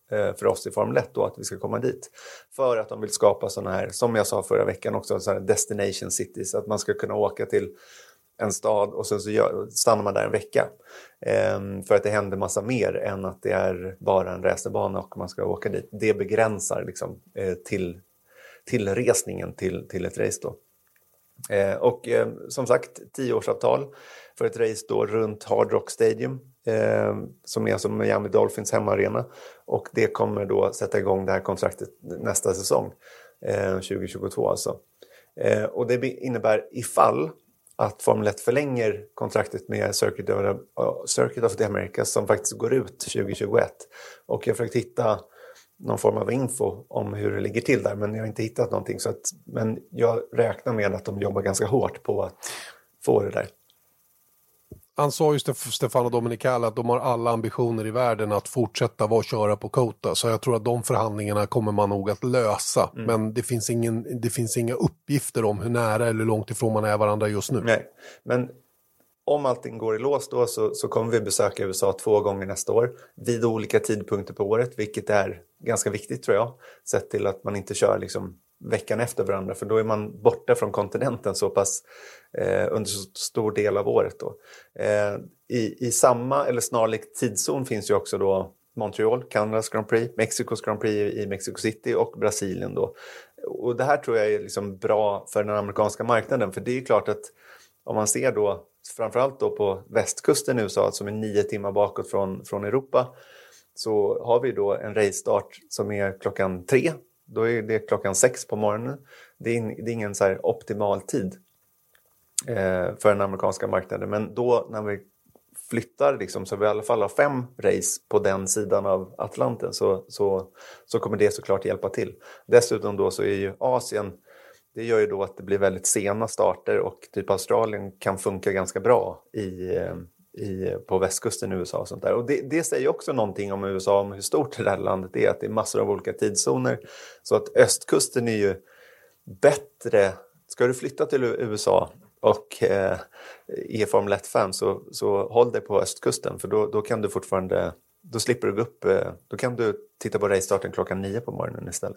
eh, för oss i Formel ett då att vi ska komma dit. För att de vill skapa sådana här, som jag sa förra veckan också, sådana här destination cities. Att man ska kunna åka till en stad och sen så gör, stannar man där en vecka. Eh, för att det händer massa mer än att det är bara en racerbana och man ska åka dit. Det begränsar liksom, eh, till, till resningen till, till ett race då. Eh, och eh, som sagt, tioårsavtal för ett race då runt Hard Rock Stadium eh, som är som Miami Dolphins hemmaarena, och det kommer då sätta igång det här kontraktet nästa säsong, eh, tjugo tjugotvå alltså. Eh, och det innebär ifall att Formel ett förlänger kontraktet med Circuit of, uh, Circuit of the Americas som faktiskt går ut tjugo tjugoett, och jag har försökt hitta någon form av info om hur det ligger till där, men jag har inte hittat någonting. Så att, men jag räknar med att de jobbar ganska hårt på att få det där. Han sa ju Stefano Domenicali att de har alla ambitioner i världen att fortsätta vara köra på Kota. Så jag tror att de förhandlingarna kommer man nog att lösa. Mm. Men det finns, ingen, det finns inga uppgifter om hur nära eller långt ifrån man är varandra just nu. Nej, men om allting går i lås då så, så kommer vi besöka U S A två gånger nästa år vid olika tidpunkter på året, vilket är ganska viktigt tror jag. Sett till att man inte kör liksom veckan efter varandra, för då är man borta från kontinenten så pass eh, under så stor del av året då. Eh, i, I samma eller snarlik tidszon finns ju också då Montreal, Kanadas Grand Prix, Mexikos Grand Prix i Mexico City och Brasilien då. Och det här tror jag är liksom bra för den amerikanska marknaden, för det är ju klart att om man ser då framförallt då på västkusten i U S A som är nio timmar bakåt från, från Europa, så har vi då en race-start som är klockan tre. Då är det klockan sex på morgonen. Det är, in, det är ingen så här optimal tid eh, för den amerikanska marknaden. Men då när vi flyttar liksom, så vi i alla fall har fem race på den sidan av Atlanten, så, så, så kommer det såklart hjälpa till. Dessutom då så är ju Asien, det gör ju då att det blir väldigt sena starter, och typ Australien kan funka ganska bra i, i, på västkusten i U S A och sånt där. Och det, det säger också någonting om U S A, om hur stort det här landet är, att det är massor av olika tidszoner. Så att östkusten är ju bättre. Ska du flytta till U S A och eh, är Formel ett-fan, så, så håll dig på östkusten, för då, då kan du fortfarande, då slipper du gå upp, eh, då kan du titta på race-starten klockan nio på morgonen istället.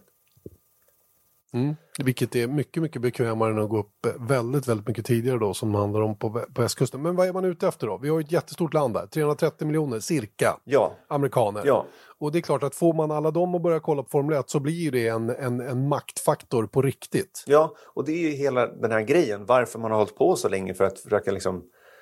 Mm. Vilket är mycket, mycket bekvämare än att gå upp väldigt, väldigt mycket tidigare då, som handlar om på, på västkusten. Men vad är man ute efter då? Vi har ju ett jättestort land där, trehundratrettio miljoner cirka ja. amerikaner. Ja. Och det är klart att får man alla dem att börja kolla på Formel ett, så blir det en, en, en maktfaktor på riktigt. Ja, och det är ju hela den här grejen, varför man har hållit på så länge för att försöka liksom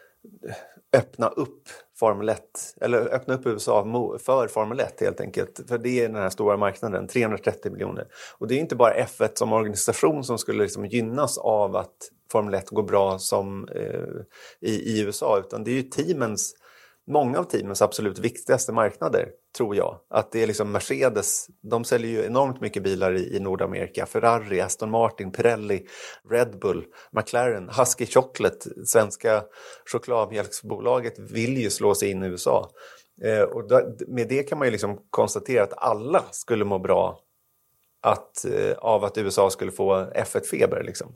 öppna upp Formel ett, eller öppna upp U S A för Formel ett helt enkelt. För det är den här stora marknaden, trehundratrettio miljoner. Och det är inte bara F ett som organisation som skulle liksom gynnas av att Formel ett går bra som eh, i, i U S A, utan det är ju teamens, många av teamens absolut viktigaste marknader, tror jag. Att det är liksom Mercedes, de säljer ju enormt mycket bilar i, i Nordamerika. Ferrari, Aston Martin, Pirelli, Red Bull, McLaren, Husky Chocolate, svenska chokladmjölksbolaget vill ju slå sig in i U S A. Eh, och då, med det kan man ju liksom konstatera att alla skulle må bra att, eh, av att U S A skulle få F ett-feber liksom.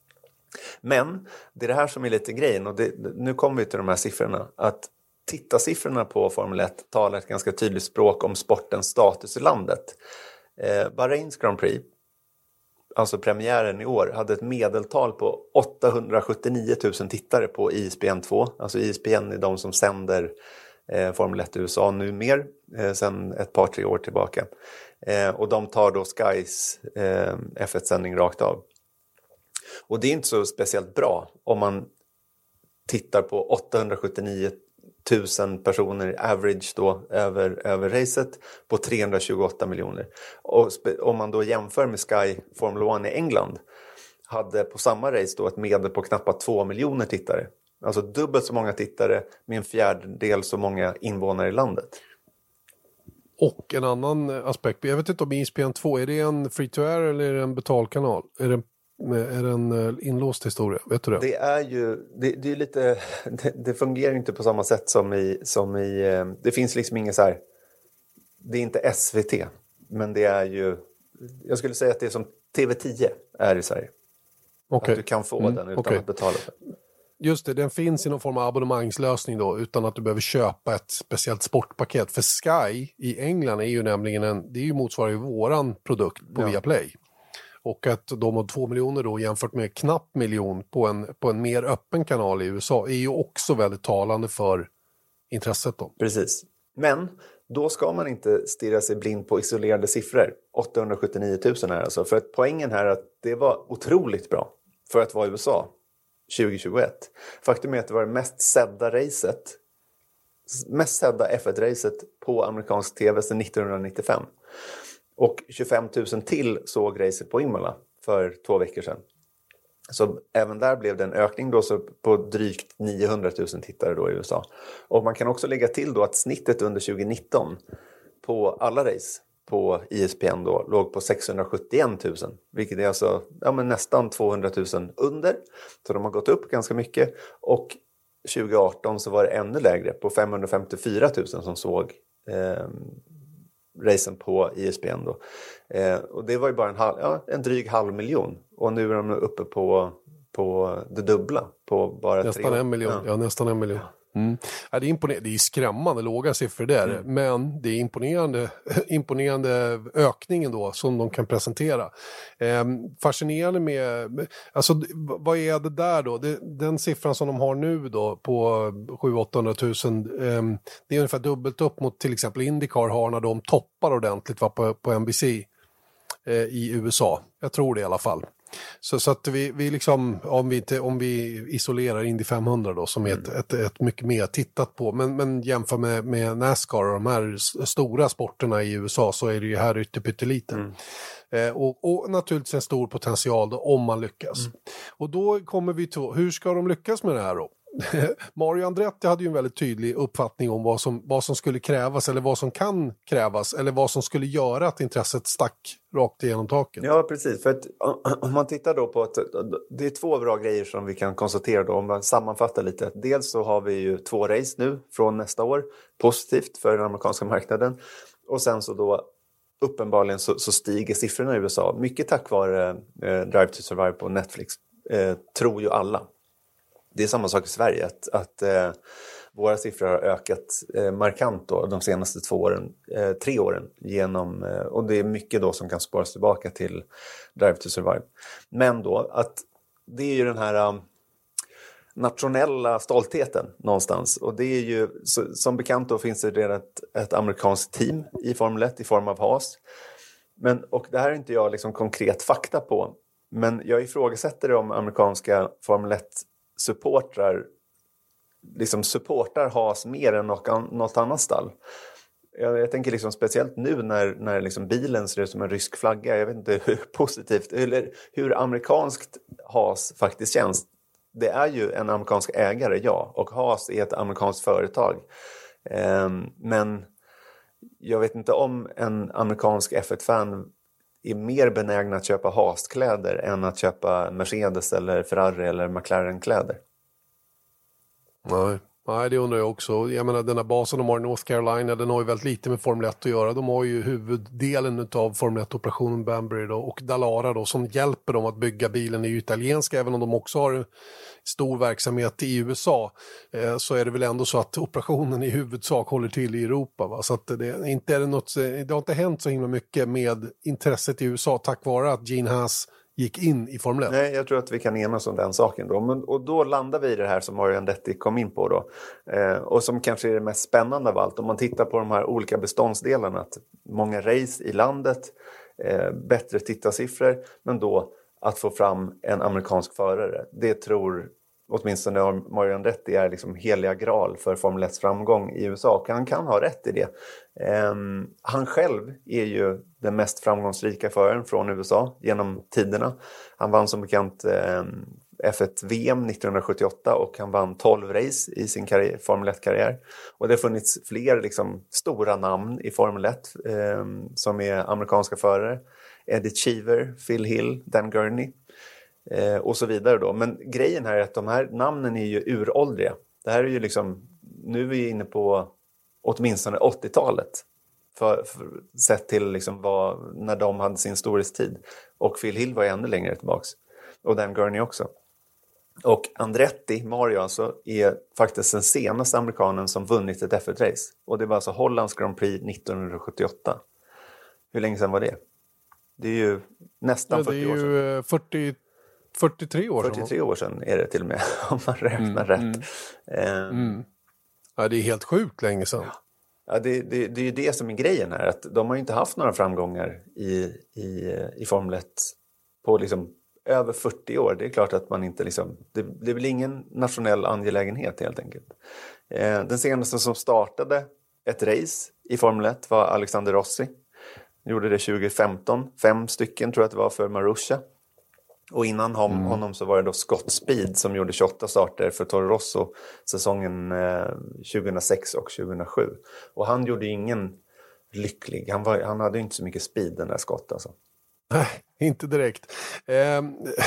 Men det är det här som är lite grejen, och det, nu kommer vi till de här siffrorna, att tittarsiffrorna på Formel ett talar ett ganska tydligt språk om sportens status i landet. Eh, Bahrains Grand Prix, alltså premiären i år, hade ett medeltal på åttahundrasjuttionio tusen tittare på I S P N två. Alltså I S P N är de som sänder eh, Formel ett i U S A nu mer, eh, sedan ett par tre år tillbaka. Eh, och de tar då Skys eh, F ett-sändning rakt av. Och det är inte så speciellt bra om man tittar på åttahundrasjuttionio tusen personer average då över, över racet på trehundratjugoåtta miljoner. Och spe, om man då jämför med Sky Formula ett i England, hade på samma race då ett medel på knappt två miljoner tittare. Alltså dubbelt så många tittare med en fjärdedel så många invånare i landet. Och en annan aspekt, jag vet inte om I S P N två, är det en free-to-air eller är det en betalkanal? Är det Är det en inlåst historia? Vet du det? Det är ju, det, det är lite, det, det fungerar inte på samma sätt som i, som i, det finns liksom ingen så här, det är inte S V T, men det är ju, jag skulle säga att det är som T V tio är i Sverige. Okay. Att du kan få mm, den utan okay. att betala för. Just det, den finns i någon form av abonnemangslösning då, utan att du behöver köpa ett speciellt sportpaket. För Sky i England är ju nämligen en, det är ju motsvarar ju våran produkt på Ja. Viaplay. Och att de har två miljoner då jämfört med knapp miljon på en, på en mer öppen kanal i U S A är ju också väldigt talande för intresset då. Precis. Men då ska man inte stirra sig blind på isolerade siffror. åttahundrasjuttionio tusen här alltså. För att poängen här är att det var otroligt bra för att vara i U S A tjugohundratjugoett. Faktum är att det var det mest sedda racet, mest sedda F ett-racet på amerikansk tv sedan nittonhundranittiofem. Och tjugofem tusen till såg racet på Imola för två veckor sedan. Så även där blev det en ökning då, så på drygt niohundratusen tittare då i U S A. Och man kan också lägga till då att snittet under tjugonitton på alla race på E S P N då låg på sexhundrasjuttioett tusen. Vilket är alltså ja, men nästan tvåhundratusen under. Så de har gått upp ganska mycket. Och tjugoarton så var det ännu lägre på femhundrafemtiofyra tusen som såg eh, racen på E S P N då. Eh, och det var ju bara en, halv, ja, en dryg halv miljon. Och nu är de uppe på, på det dubbla. På bara nästan tre en miljon. Ja. ja, nästan en miljon. Mm. Ja, det, är imponer- det är skrämmande låga siffror där. Mm. Men det är imponerande, imponerande ökningen då som de kan presentera. Eh, fascinerande med, alltså vad är det där då? Det, den siffran som de har nu då på sjuhundra åttahundratusen, eh, det är ungefär dubbelt upp mot till exempel Indycar har när de toppar ordentligt va, på, på N B C eh, i U S A. Jag tror det i alla fall. Så, så att vi, vi liksom, om vi, inte, om vi isolerar Indy femhundra då, som är ett, ett, ett mycket mer tittat på, men, men jämför med, med NASCAR och de här stora sporterna i U S A så är det ju här ytterpytteliten. Mm. Eh, och, och naturligtvis en stor potential då, om man lyckas. Mm. Och då kommer vi till, hur ska de lyckas med det här då? Mario Andretti hade ju en väldigt tydlig uppfattning om vad som, vad som skulle krävas eller vad som kan krävas eller vad som skulle göra att intresset stack rakt igenom taket. Ja, precis. För att om man tittar då på att det är två bra grejer som vi kan konstatera då om man sammanfattar lite. Dels så har vi ju två race nu från nästa år, positivt för den amerikanska marknaden. Och sen så då uppenbarligen så, så stiger siffrorna i U S A. Mycket tack vare eh, Drive to Survive på Netflix, eh, tror ju alla. Det är samma sak i Sverige, att, att eh, våra siffror har ökat eh, markant då, de senaste två åren, eh, tre åren. Genom, eh, och det är mycket då som kan spåras tillbaka till Drive to Survive. Men då, att det är ju den här um, nationella stoltheten någonstans. Och det är ju, så, som bekant då finns det redan ett, ett amerikanskt team i Formel ett i form av Haas. Men, och det här är inte jag liksom konkret fakta på. Men jag ifrågasätter om amerikanska Formel ett supportrar liksom supportar Haas mer än något, något annat stall. Jag, jag tänker liksom speciellt nu när, när liksom bilen ser ut som en rysk flagga. Jag vet inte hur positivt eller hur amerikanskt Haas faktiskt känns. Det är ju en amerikansk ägare, ja. Och Haas är ett amerikanskt företag. Um, men jag vet inte om en amerikansk F ett-fan är mer benägna att köpa Haas-kläder än att köpa Mercedes eller Ferrari eller McLaren-kläder. Nej. Nej, det undrar jag också. Jag menar, den här basen de har i North Carolina, den har ju väldigt lite med Formel ett att göra. De har ju huvuddelen av Formel ett-operationen Banbury då, och Dallara då, som hjälper dem att bygga bilen i italienska, även om de också har en stor verksamhet i U S A, eh, så är det väl ändå så att operationen i huvudsak håller till i Europa. Va? Så att det, inte är det, något, det har inte hänt så himla mycket med intresset i U S A tack vare att Gene Haas gick in i Formel ett. Nej, jag tror att vi kan enas om den saken då. Men, och då landar vi i det här som Mario Andretti kom in på då. Eh, och som kanske är det mest spännande av allt. Om man tittar på de här olika beståndsdelarna. Att många race i landet, eh, bättre tittarsiffror. Men då att få fram en amerikansk förare. Det tror åtminstone Mario Andretti är liksom heliga graal för Formel ett framgång i U S A. Och han kan ha rätt i det. Um, han själv är ju den mest framgångsrika föraren från U S A genom tiderna. Han vann som bekant um, F ett-V M nittonhundrasjuttioåtta och han vann tolv race i sin karriär, Formel ett-karriär. Och det har funnits fler liksom, stora namn i Formel ett um, som är amerikanska förare. Eddie Cheever, Phil Hill, Dan Gurney. Eh, och så vidare då. Men grejen här är att de här namnen är ju uråldriga. Det här är ju liksom, nu är vi inne på åtminstone åttiotalet. För, för, sett till liksom vad, när de hade sin storhetstid. Och Phil Hill var ju ännu längre tillbaks. Och Dan Gurney också. Och Andretti, Mario alltså, är faktiskt den senaste amerikanen som vunnit ett F ett-race. Och det var alltså Hollands Grand Prix nittonhundrasjuttioåtta. Hur länge sedan var det? Det är ju nästan ja, fyrtio år sedan. Det är ju fyrtio, fyrtiotre år sedan. fyrtiotre år sedan är det till och med, om man räknar mm, rätt. Mm. Um, mm. Ja, det är helt sjukt länge sedan. Ja, det, det, det är ju det som är grejen här. Att de har ju inte haft några framgångar i, i, i Formel ett på liksom över fyrtio år. Det är klart att man inte liksom... Det, det blir ingen nationell angelägenhet helt enkelt. Eh, den senaste som startade ett race i Formel ett var Alexander Rossi. Gjorde det tjugo femton. Fem stycken tror jag att det var för Marussia. Och innan hon, mm. honom så var det då Scott Speed som gjorde tjugoåtta starter för Toro Rosso säsongen eh, tjugohundrasex och tjugohundrasju. Och han gjorde ingen lycklig. Han, var, han hade ju inte så mycket speed den där Scott alltså. Nej, inte direkt. Eh,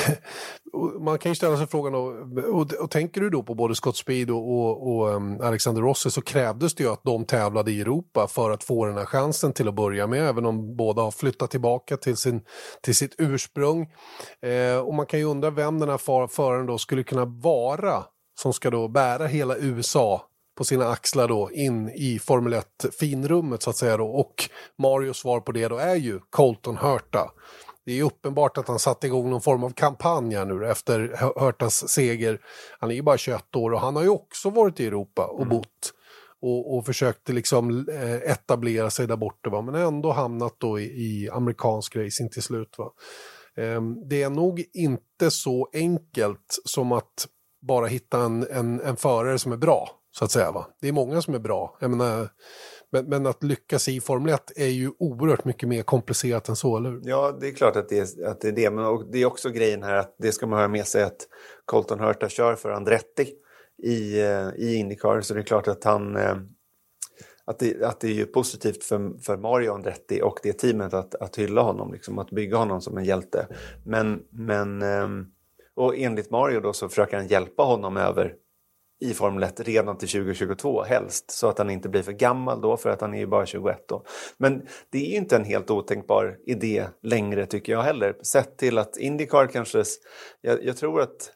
man kan ju ställa sig frågan då, och, och tänker du då på både Scott Speed och, och, och um, Alexander Rossi, så krävdes det ju att de tävlade i Europa för att få den här chansen till att börja med, även om båda har flyttat tillbaka till, sin, till sitt ursprung. Eh, och man kan ju undra vem den här för, föraren då skulle kunna vara som ska då bära hela U S A på sina axlar då in i Formel ett-finrummet så att säga då. Och Marios svar på det då är ju Colton Herta. Det är ju uppenbart att han satte igång någon form av kampanj här nu efter Hertas seger. Han är ju bara tjugoett år och han har ju också varit i Europa och mm. bott. Och, och försökte liksom eh, etablera sig där borta, va? Men ändå hamnat då i, i amerikansk racing till slut. Va? Eh, det är nog inte så enkelt som att bara hitta en, en, en förare som är bra. Så att säga, va? Det är många som är bra. Jag menar, men, men att lyckas i Formel ett är ju oerhört mycket mer komplicerat än så, eller hur? Ja, det är klart att det är, att det är det. Men det är också grejen här att det ska man ha med sig att Colton Herta kör för Andretti i, i IndyCar. Så det är klart att han... Att det, att det är ju positivt för, för Mario Andretti och det teamet att, att hylla honom. Liksom, att bygga honom som en hjälte. Men... men och enligt Mario då så försöker han hjälpa honom över i Formel ett redan till tjugo tjugotvå helst, så att han inte blir för gammal då, för att han är ju bara tjugoett då. Men det är ju inte en helt otänkbar idé längre tycker jag heller. Sett till att IndyCar kanske, jag, jag tror att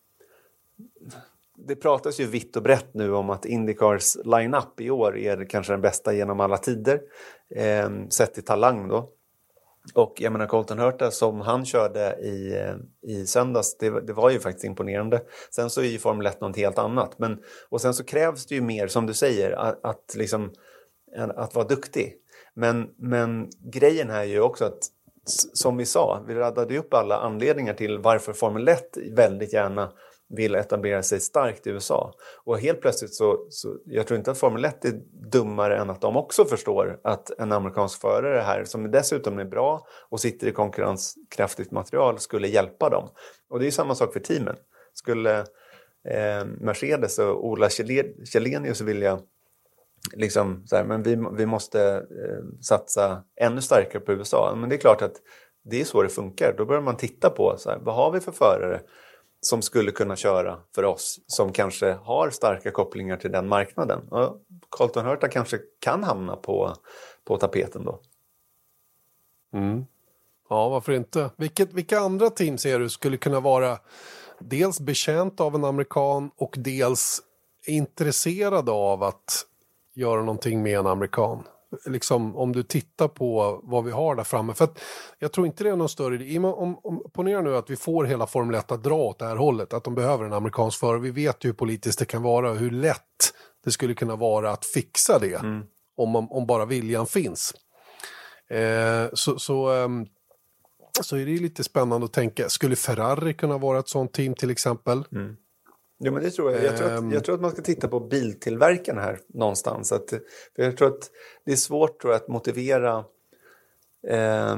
det pratas ju vitt och brett nu om att IndyCars line-up i år är kanske den bästa genom alla tider, eh, sett till talang då. Och jag menar Colton Herta som han körde i, i söndags, det, det var ju faktiskt imponerande. Sen så är ju Formel ett något helt annat. Men, och sen så krävs det ju mer, som du säger, att, att, liksom, att vara duktig. Men, men grejen här är ju också att, som vi sa, vi radade upp alla anledningar till varför Formel ett väldigt gärna vill etablera sig starkt i U S A. Och helt plötsligt så, så jag tror inte att Formel ett är dummare än att de också förstår att en amerikansk förare här som dessutom är bra och sitter i konkurrenskraftigt material skulle hjälpa dem. Och det är samma sak för teamen. Skulle eh, Mercedes och Ola Källenius vilja liksom så här, men vi, vi måste eh, satsa ännu starkare på U S A. Men det är klart att det är så det funkar. Då börjar man titta på så här, vad har vi för förare som skulle kunna köra för oss, som kanske har starka kopplingar till den marknaden. Och Colton Herta kanske kan hamna på, på tapeten då. Mm. Ja, varför inte? Vilket, vilka andra team ser du skulle kunna vara dels bekänt av en amerikan och dels intresserade av att göra någonting med en amerikan? Liksom, om du tittar på vad vi har där framme. För att jag tror inte det är någon större idé. Om, om, ponera nu att vi får hela Formel ett att dra åt det här hållet. Att de behöver en amerikansk förare. Vi vet ju hur politiskt det kan vara. Hur lätt det skulle kunna vara att fixa det. Mm. Om, om bara viljan finns. Eh, så, så, um, så är det lite spännande att tänka. Skulle Ferrari kunna vara ett sånt team till exempel? Mm. Ja, men det tror jag. Jag tror, att, jag tror att man ska titta på biltillverkarna här någonstans. Att, för jag tror att det är svårt tror jag, att motivera eh,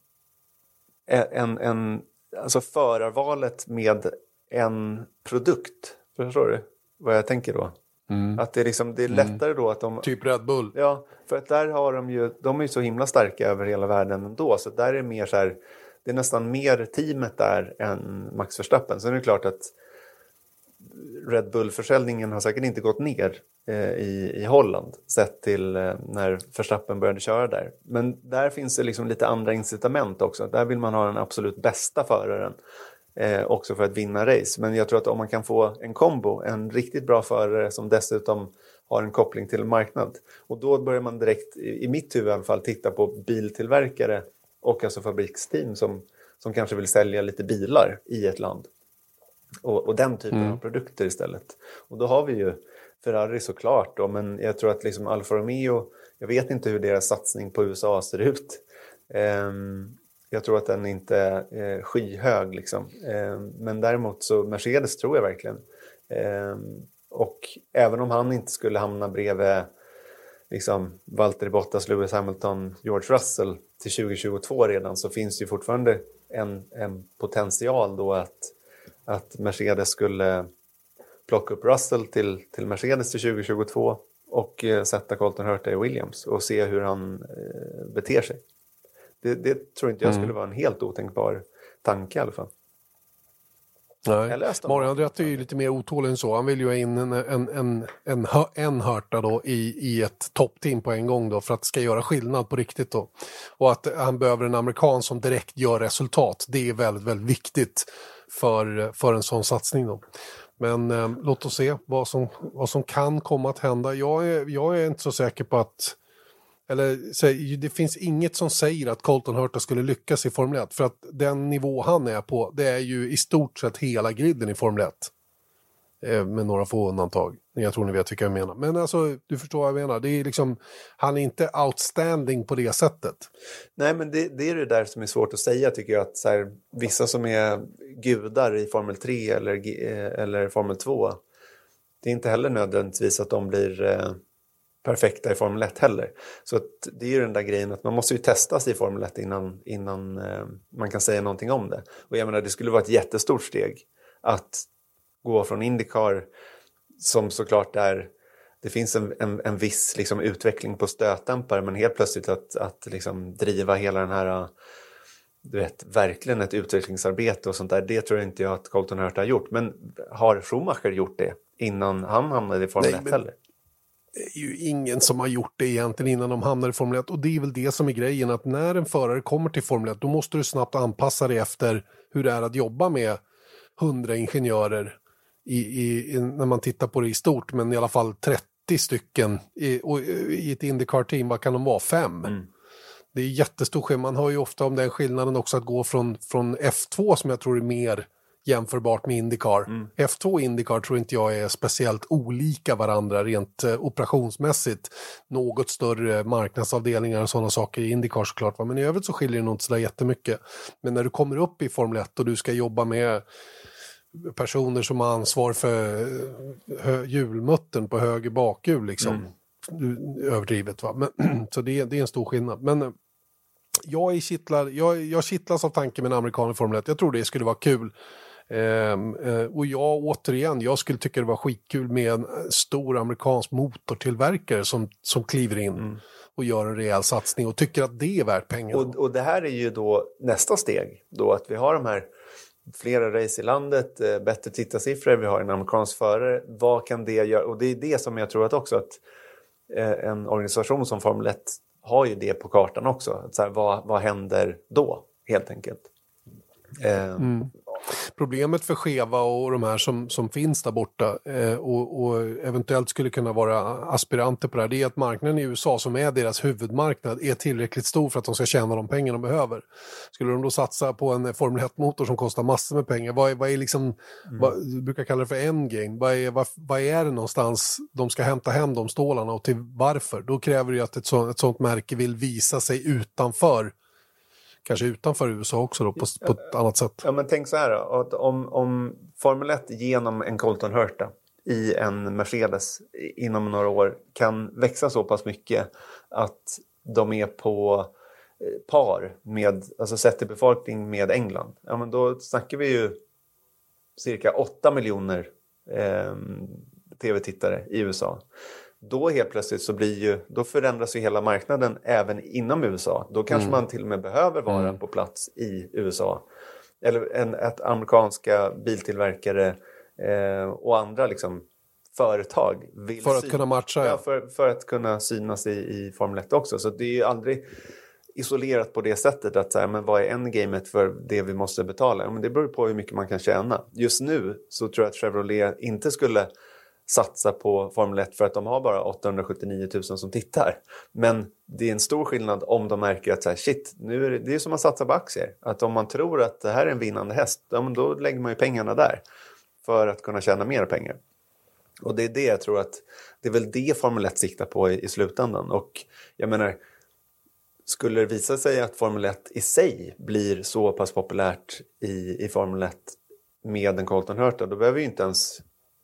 en, en, alltså förarvalet med en produkt. Förstår du vad jag tänker då? Mm. Att det är, liksom, det är lättare då att de... Typ Red Bull. Ja, för att där har de ju... De är ju så himla starka över hela världen ändå. Så där är det mer så här... Det är nästan mer teamet där än Max Verstappen. Så är det klart att Red Bull-försäljningen har säkert inte gått ner eh, i, i Holland sett till eh, när Verstappen började köra där. Men där finns det liksom lite andra incitament också. Där vill man ha den absolut bästa föraren eh, också för att vinna race. Men jag tror att om man kan få en kombo, en riktigt bra förare som dessutom har en koppling till en marknad. Och då börjar man direkt, i mitt huvud i alla fall, titta på biltillverkare och alltså fabriksteam som, som kanske vill sälja lite bilar i ett land. Och, och den typen mm. av produkter istället. Och då har vi ju Ferrari såklart då, men jag tror att liksom Alfa Romeo, jag vet inte hur deras satsning på U S A ser ut. Um, jag tror att den inte är eh, skyhög liksom. Um, men däremot så Mercedes tror jag verkligen. Um, och även om han inte skulle hamna bredvid liksom Valtteri Bottas, Lewis Hamilton, George Russell till tjugo tjugotvå redan, så finns det ju fortfarande en, en potential då att, att Mercedes skulle plocka upp Russell till, till Mercedes till tjugo tjugotvå och eh, sätta Colton Herta i Williams och se hur han eh, beter sig. Det, det tror inte jag skulle vara en helt otänkbar tanke i alla fall. Nej, Mario Andretti är ju lite mer otålig än så. Han vill ju ha in en, en, en, en, en Herta då i, i ett toppteam på en gång då för att det ska göra skillnad på riktigt då. Och att han behöver en amerikan som direkt gör resultat. Det är väldigt, väldigt viktigt för, för en sån satsning då. Men eh, låt oss se vad som, vad som kan komma att hända. Jag är, jag är inte så säker på att... Eller så, det finns inget som säger att Colton Herta skulle lyckas i Formel ett. För att den nivå han är på, det är ju i stort sett hela griden i Formel ett. Eh, med några få undantag. Jag tror ni vet vilka jag menar. Men alltså, du förstår vad jag menar. Det är liksom, han är inte outstanding på det sättet. Nej, men det, det är det där som är svårt att säga tycker jag. Att så här, vissa som är gudar i Formel tre eller, eller Formel två. Det är inte heller nödvändigtvis att de blir... Eh, perfekta i Formel ett heller. Så att det är ju den där grejen att man måste ju testas i Formel ett innan, innan eh, man kan säga någonting om det. Och jag menar, det skulle vara ett jättestort steg att gå från IndyCar som såklart är, det finns en, en, en viss liksom, utveckling på stötdämpare, men helt plötsligt att, att liksom, driva hela den här, du vet, verkligen ett utvecklingsarbete och sånt där, det tror jag inte jag att Colton Herta har gjort. Men har Schumacher gjort det innan han hamnade i Formel Nej, ett men... heller? Det är ju ingen som har gjort det egentligen innan de hamnar i Formel ett. Och det är väl det som är grejen, att när en förare kommer till Formel ett, då måste du snabbt anpassa dig efter hur det är att jobba med hundra ingenjörer i, i, i, när man tittar på det i stort, men i alla fall trettio stycken i, och, i ett IndyCar-team, vad kan de vara? Fem? Mm. Det är jättestor skillnad. Man hör ju ofta om den skillnaden också att gå från, från F två som jag tror är mer jämförbart med IndyCar. Mm. F två och IndyCar tror inte jag är speciellt olika varandra rent eh, operationsmässigt. Något större marknadsavdelningar och sådana saker i IndyCar såklart. Va? Men i övrigt så skiljer det nog inte så där jättemycket. Men när du kommer upp i Formel ett och du ska jobba med personer som har ansvar för hö- hjulmuttern på höger bakhjul liksom. Mm. Överdrivet va. Men, så det, det är en stor skillnad. Men jag, är kittlar, jag, jag kittlas av tanken med en amerikan i Formel ett. Jag tror det skulle vara kul. Um, uh, och jag återigen, jag skulle tycka det var skitkul med en stor amerikansk motortillverkare som, som kliver in mm. och gör en rejäl satsning och tycker att det är värt pengar. Och, och det här är ju då nästa steg, då att vi har de här flera race i landet, eh, bättre tittarsiffror, vi har en amerikansk förare. Vad kan det göra? Och det är det som jag tror att också att eh, en organisation som Formel ett har ju det på kartan också. Att så här, vad, vad händer då, helt enkelt? Eh, mm. Problemet för Cheva och de här som, som finns där borta eh, och, och eventuellt skulle kunna vara aspiranter på det här, det är att marknaden i U S A som är deras huvudmarknad är tillräckligt stor för att de ska tjäna de pengar de behöver. Skulle de då satsa på en Formel ett-motor som kostar massor med pengar, vad är, vad är liksom, mm. vad, du brukar kalla det för endgame, vad är, vad, vad är det någonstans de ska hämta hem de stålarna och till varför? Då kräver det ju att ett, så, ett sånt märke vill visa sig utanför kanske utanför U S A också då, på, på ett annat sätt. Ja, men tänk så här då, att om, om Formel ett genom en Colton Herta i en Mercedes inom några år kan växa så pass mycket att de är på par med, alltså sett till befolkning med England. Ja, men då snackar vi ju cirka åtta miljoner eh, tv-tittare i U S A. Då helt plötsligt så blir ju, då förändras ju hela marknaden även inom U S A. Då kanske mm. man till och med behöver vara mm. på plats i U S A. Eller en, ett amerikanska biltillverkare eh, och andra liksom företag. Vill för att sy- kunna matcha. Ja, för, för att kunna synas i, i Formel ett också. Så det är ju aldrig, isolerat på det sättet att så här, men vad är endgamet för det vi måste betala? Ja, men det beror på hur mycket man kan tjäna. Just nu så tror jag att Chevrolet inte skulle satsa på Formel ett för att de har bara åttahundrasjuttionio tusen som tittar. Men det är en stor skillnad om de märker att så här, shit, nu är det, det är som att satsa på aktier. Att om man tror att det här är en vinnande häst, ja, men då lägger man ju pengarna där för att kunna tjäna mer pengar. Och det är det jag tror att det är väl det Formel ett siktar på i, i slutändan. Och jag menar, skulle det visa sig att Formel ett i sig blir så pass populärt i, i Formel ett med en Colton Herta, då behöver ju inte ens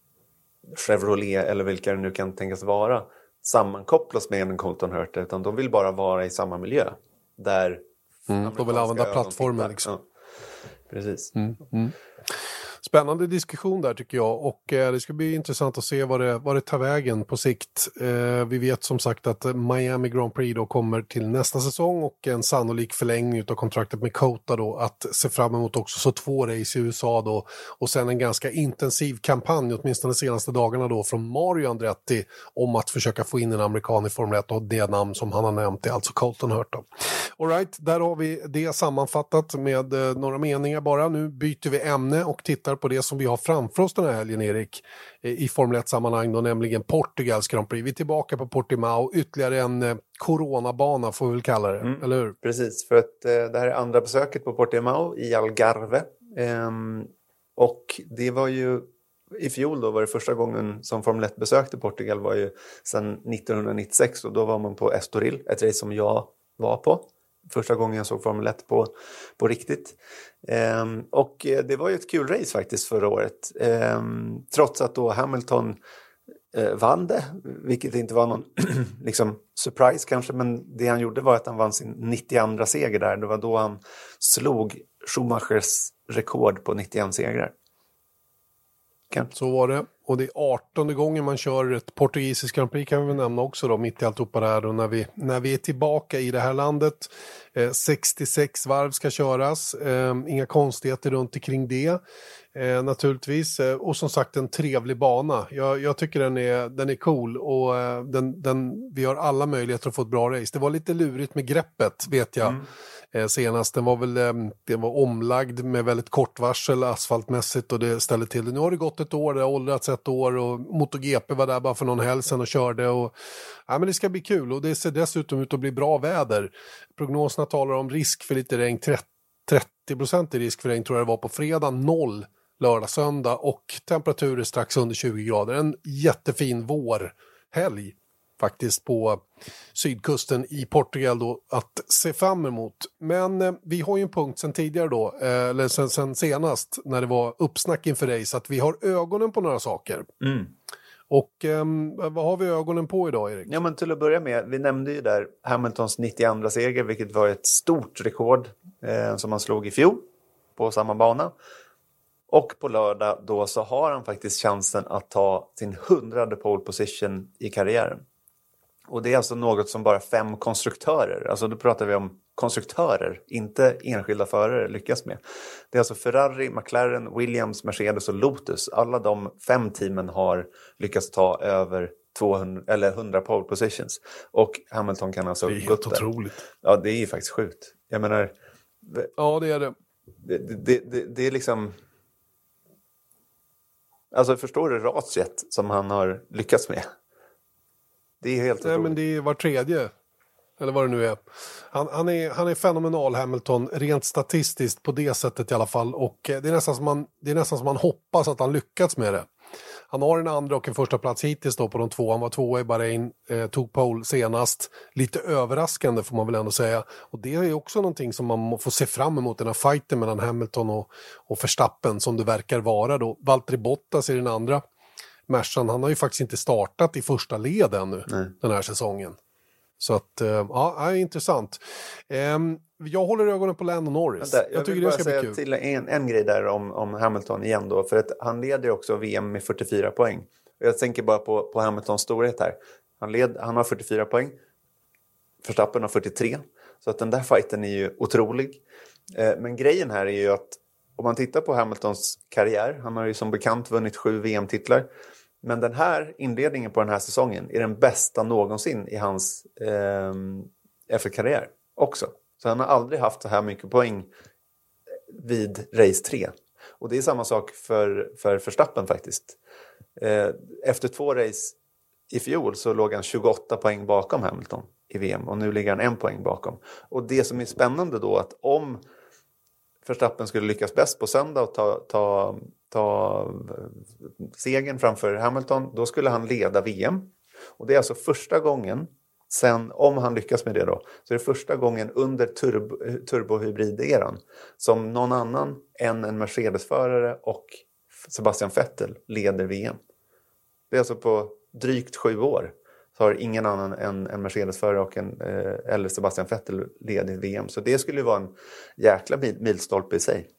Chevrolet eller vilka det nu kan tänkas vara sammankopplas med en Colton Herta, utan de vill bara vara i samma miljö där mm, de vill använda plattformen liksom. Ja, precis. Mm, mm. Spännande diskussion där tycker jag, och eh, det ska bli intressant att se vad det, vad det tar vägen på sikt. Eh, vi vet som sagt att Miami Grand Prix då kommer till nästa säsong och en sannolik förlängning av kontraktet med Cota då att se fram emot också, så två race i U S A då, och sen en ganska intensiv kampanj åtminstone de senaste dagarna då från Mario Andretti om att försöka få in en amerikan i Formel ett, och det namn som han har nämnt är alltså Colton Herta. All right, där har vi det sammanfattat med eh, några meningar bara. Nu byter vi ämne och tittar på det som vi har framför oss den här helgen, Erik, i Formel ett-sammanhang då, nämligen Portugals Grand Prix. Vi är tillbaka på Portimao, ytterligare en eh, coronabana får vi väl kalla det, mm, eller hur? Precis, för att eh, det här är andra besöket på Portimao i Algarve. Ehm, och det var ju, i fjol då var det första gången som Formel ett besökte Portugal, var ju sedan nittonhundranittiosex, och då var man på Estoril, ett race som jag var på. Första gången jag såg Formel ett på, på riktigt. Ehm, och det var ju ett kul race faktiskt förra året. Ehm, trots att då Hamilton eh, vann det, vilket inte var någon liksom surprise kanske. Men det han gjorde var att han vann sin nittioandra seger där. Det var då han slog Schumachers rekord på nittioen segrar. Kan. Så var det. Och det är artonde gången man kör ett portugisiskt Grand Prix, kan vi väl nämna också då, mitt i alltihopa där. Och när vi, när vi är tillbaka i det här landet, eh, sextiosex varv ska köras. Eh, inga konstigheter runt omkring det. Eh, naturligtvis. Eh, och som sagt en trevlig bana. Jag, jag tycker den är, den är cool, och eh, den, den, vi har alla möjligheter att få ett bra race. Det var lite lurigt med greppet, vet jag. Mm. Eh, senast, den var väl eh, det var omlagd med väldigt kort varsel asfaltmässigt, och det ställde till det. Nu har det gått ett år, det har åldrats ett år, och MotoGP var där bara för någon helg sedan och körde, och ja, men det ska bli kul, och det ser dessutom ut att bli bra väder. Prognoserna talar om risk för lite regn, trettio procent i risk för regn tror jag det var på fredag, noll lördag, söndag, och temperaturer strax under tjugo grader. En jättefin vårhelg faktiskt på sydkusten i Portugal då att se fram emot. Men eh, vi har ju en punkt sen tidigare då, eh, eller sen, sen senast när det var uppsnack inför race, att vi har ögonen på några saker. Mm. Och eh, vad har vi ögonen på idag, Erik? Ja, men till att börja med, vi nämnde ju där Hamiltons nittioandra seger, vilket var ett stort rekord eh, som han slog i fjol på samma bana. Och på lördag då så har han faktiskt chansen att ta sin hundrade pole position i karriären. Och det är alltså något som bara fem konstruktörer, alltså då pratar vi om konstruktörer, inte enskilda förare, lyckas med. Det är alltså Ferrari, McLaren, Williams, Mercedes och Lotus. Alla de fem teamen har lyckats ta över tvåhundra eller hundra pole positions. Och Hamilton kan alltså... Det är helt otroligt. Ja, det är ju faktiskt sjukt. Jag menar... Ja, det är det. Det, det, det, det är liksom... Alltså, förstår du ratiet som han har lyckats med? Det är helt Nej, otroligt. men det är var tredje. Eller vad det nu är. Han, han är. han är fenomenal, Hamilton, rent statistiskt på det sättet i alla fall. Och det är nästan som man, det är nästan som man hoppas att han lyckats med det. Han har en andra och en första plats hittills då på de två. Han var tvåa i Bahrain, eh, tog pole senast. Lite överraskande får man väl ändå säga. Och det är också någonting som man får se fram emot, den här fighten mellan Hamilton och, och Verstappen som det verkar vara då. Valtteri Bottas i den andra. Mercan, han har ju faktiskt inte startat i första led ännu. Nej. Den här säsongen. Så att, ja, är intressant. Jag håller ögonen på Lando Norris. Vänta, jag, jag tycker vill det ska bara säga bli kul. Till en, en grej där om, om Hamilton igen då. För att han leder också V M med fyrtiofyra poäng. Jag tänker bara på, på Hamiltons storhet här. Han, led, han har fyrtiofyra poäng. Verstappen har fyrtiotre. Så att den där fighten är ju otrolig. Men grejen här är ju att om man tittar på Hamiltons karriär. Han har ju som bekant vunnit sju V M-titlar. Men den här inledningen på den här säsongen är den bästa någonsin i hans eh, F ett-karriär också. Så han har aldrig haft så här mycket poäng vid race tre. Och det är samma sak för, för Verstappen faktiskt. Eh, efter två race i fjol så låg han tjugoåtta poäng bakom Hamilton i V M. Och nu ligger han en poäng bakom. Och det som är spännande då att om Verstappen skulle lyckas bäst på söndag och ta, ta, ta segern framför Hamilton, då skulle han leda V M. Och det är alltså första gången sen, om han lyckas med det då, så är det första gången under turbo, turbohybrid-eran som någon annan än en Mercedes-förare och Sebastian Vettel leder V M. Det är alltså på drygt sju år så har ingen annan än en Mercedes-förare och en, eh, eller Sebastian Vettel leder V M. Så det skulle ju vara en jäkla milstolpe i sig.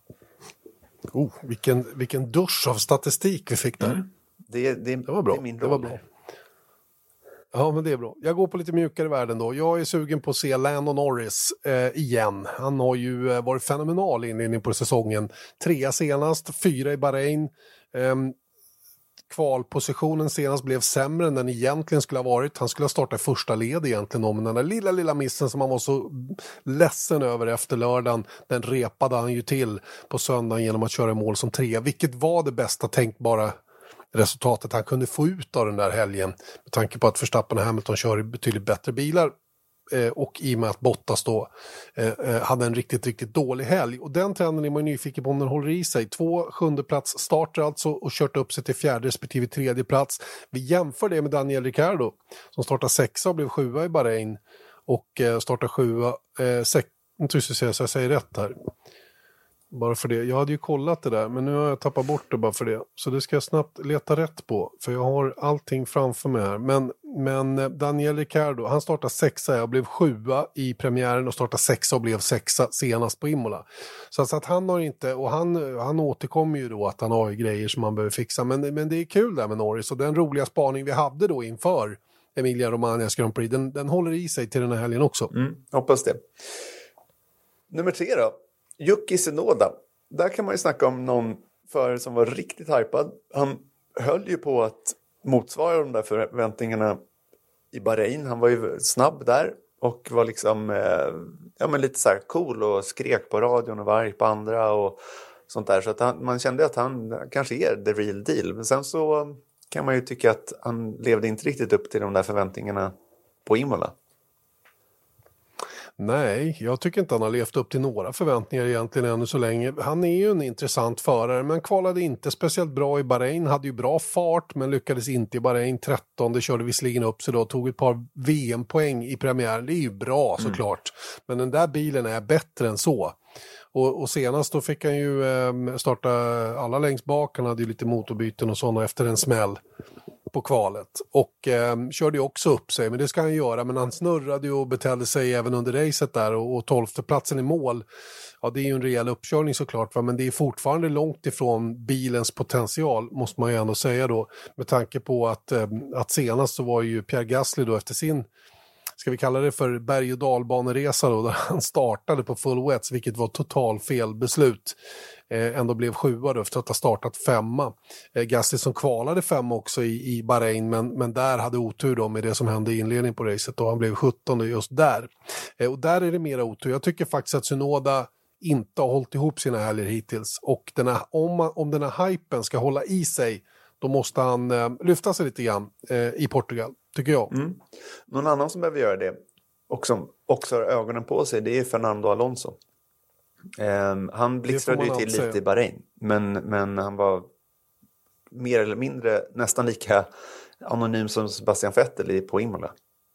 Oh, vilken, vilken dusch av statistik vi fick där. Mm. Det, det, det var bra. Det är min det var bra. Ja, men det är bra. Jag går på lite mjukare värden då. Jag är sugen på att se Lando Norris eh, igen. Han har ju eh, varit fenomenal inledning på säsongen. Trea senast, fyra i Bahrain. Eh, kvalpositionen senast blev sämre än den egentligen skulle ha varit. Han skulle ha startat första led egentligen om den där lilla, lilla missen som han var så ledsen över efter lördagen. Den repade han ju till på söndagen genom att köra mål som tre. Vilket var det bästa tänkbara resultatet han kunde få ut av den där helgen med tanke på att Verstappen och Hamilton kör i betydligt bättre bilar eh, och i och med att Bottas då eh, hade en riktigt, riktigt dålig helg. Och den trenden är man ju nyfiken på om den håller i sig. Två sjunde plats startar alltså och kört upp sig till fjärde respektive tredje plats. Vi jämför det med Daniel Ricciardo som startar sexa och blev sjua i Bahrain och eh, startar sjua, eh, sex, inte så jag, så jag säger rätt här. Bara för det. Jag hade ju kollat det där men nu har jag tappat bort det bara för det. Så det ska jag snabbt leta rätt på. För jag har allting framför mig här. Men, men Daniel Ricciardo, han startade sexa och blev sjua i premiären och startade sexa och blev sexa senast på Imola. Så, så att han har inte, och han, han återkommer ju då att han har grejer som man behöver fixa. Men, men det är kul där med Norris och den roliga spaning vi hade då inför Emilia Romagnas Grand Prix, den, den håller i sig till den här helgen också. Mm, hoppas det. Nummer tre då. Yuki Tsunoda. Där kan man ju snacka om någon förare som var riktigt hypad. Han höll ju på att motsvara de där förväntningarna i Bahrain. Han var ju snabb där och var liksom eh, ja, men lite så här cool och skrek på radion och var arg på andra och sånt där. Så att han, man kände att han kanske är the real deal. Men sen så kan man ju tycka att han levde inte riktigt upp till de där förväntningarna på Imola. Nej, jag tycker inte han har levt upp till några förväntningar egentligen ännu så länge. Han är ju en intressant förare men kvalade inte speciellt bra i Bahrain. Hade ju bra fart men lyckades inte i Bahrain. tretton, det körde visserligen upp sig då. Tog ett par V M-poäng i premiären. Det är ju bra såklart. Mm. Men den där bilen är bättre än så. Och, och senast då fick han ju eh, starta alla längst bak. Han hade ju lite motorbyten och sådana efter en smäll på kvalet. Och eh, körde ju också upp sig, men det ska han göra. Men han snurrade ju och betedde sig även under racet där. Och, och tolfte platsen i mål, ja det är ju en rejäl uppkörning såklart. Va? Men det är fortfarande långt ifrån bilens potential, måste man ju ändå säga då. Med tanke på att, eh, att senast så var ju Pierre Gasly då efter sin, ska vi kalla det för berg- och dalbaneresa då, där han startade på full wets, vilket var total fel beslut. Eh, ändå blev sjua då efter att ha startat femma. Eh, Gasly som kvalade femma också i, i Bahrain, men, men där hade otur då med det som hände i inledningen på racet och han blev sjuttonde just där. Eh, och där är det mera otur. Jag tycker faktiskt att Tsunoda inte har hållit ihop sina helger hittills och den här, om, man, om den här hypen ska hålla i sig, då måste han eh, lyfta sig lite grann eh, i Portugal, tycker jag. Mm. Någon annan som behöver göra det och som också har ögonen på sig, det är Fernando Alonso. Um, han blixtrade ju till lite säga. i Bahrain, men, men han var mer eller mindre nästan lika anonym som Sebastian Vettel på Imola.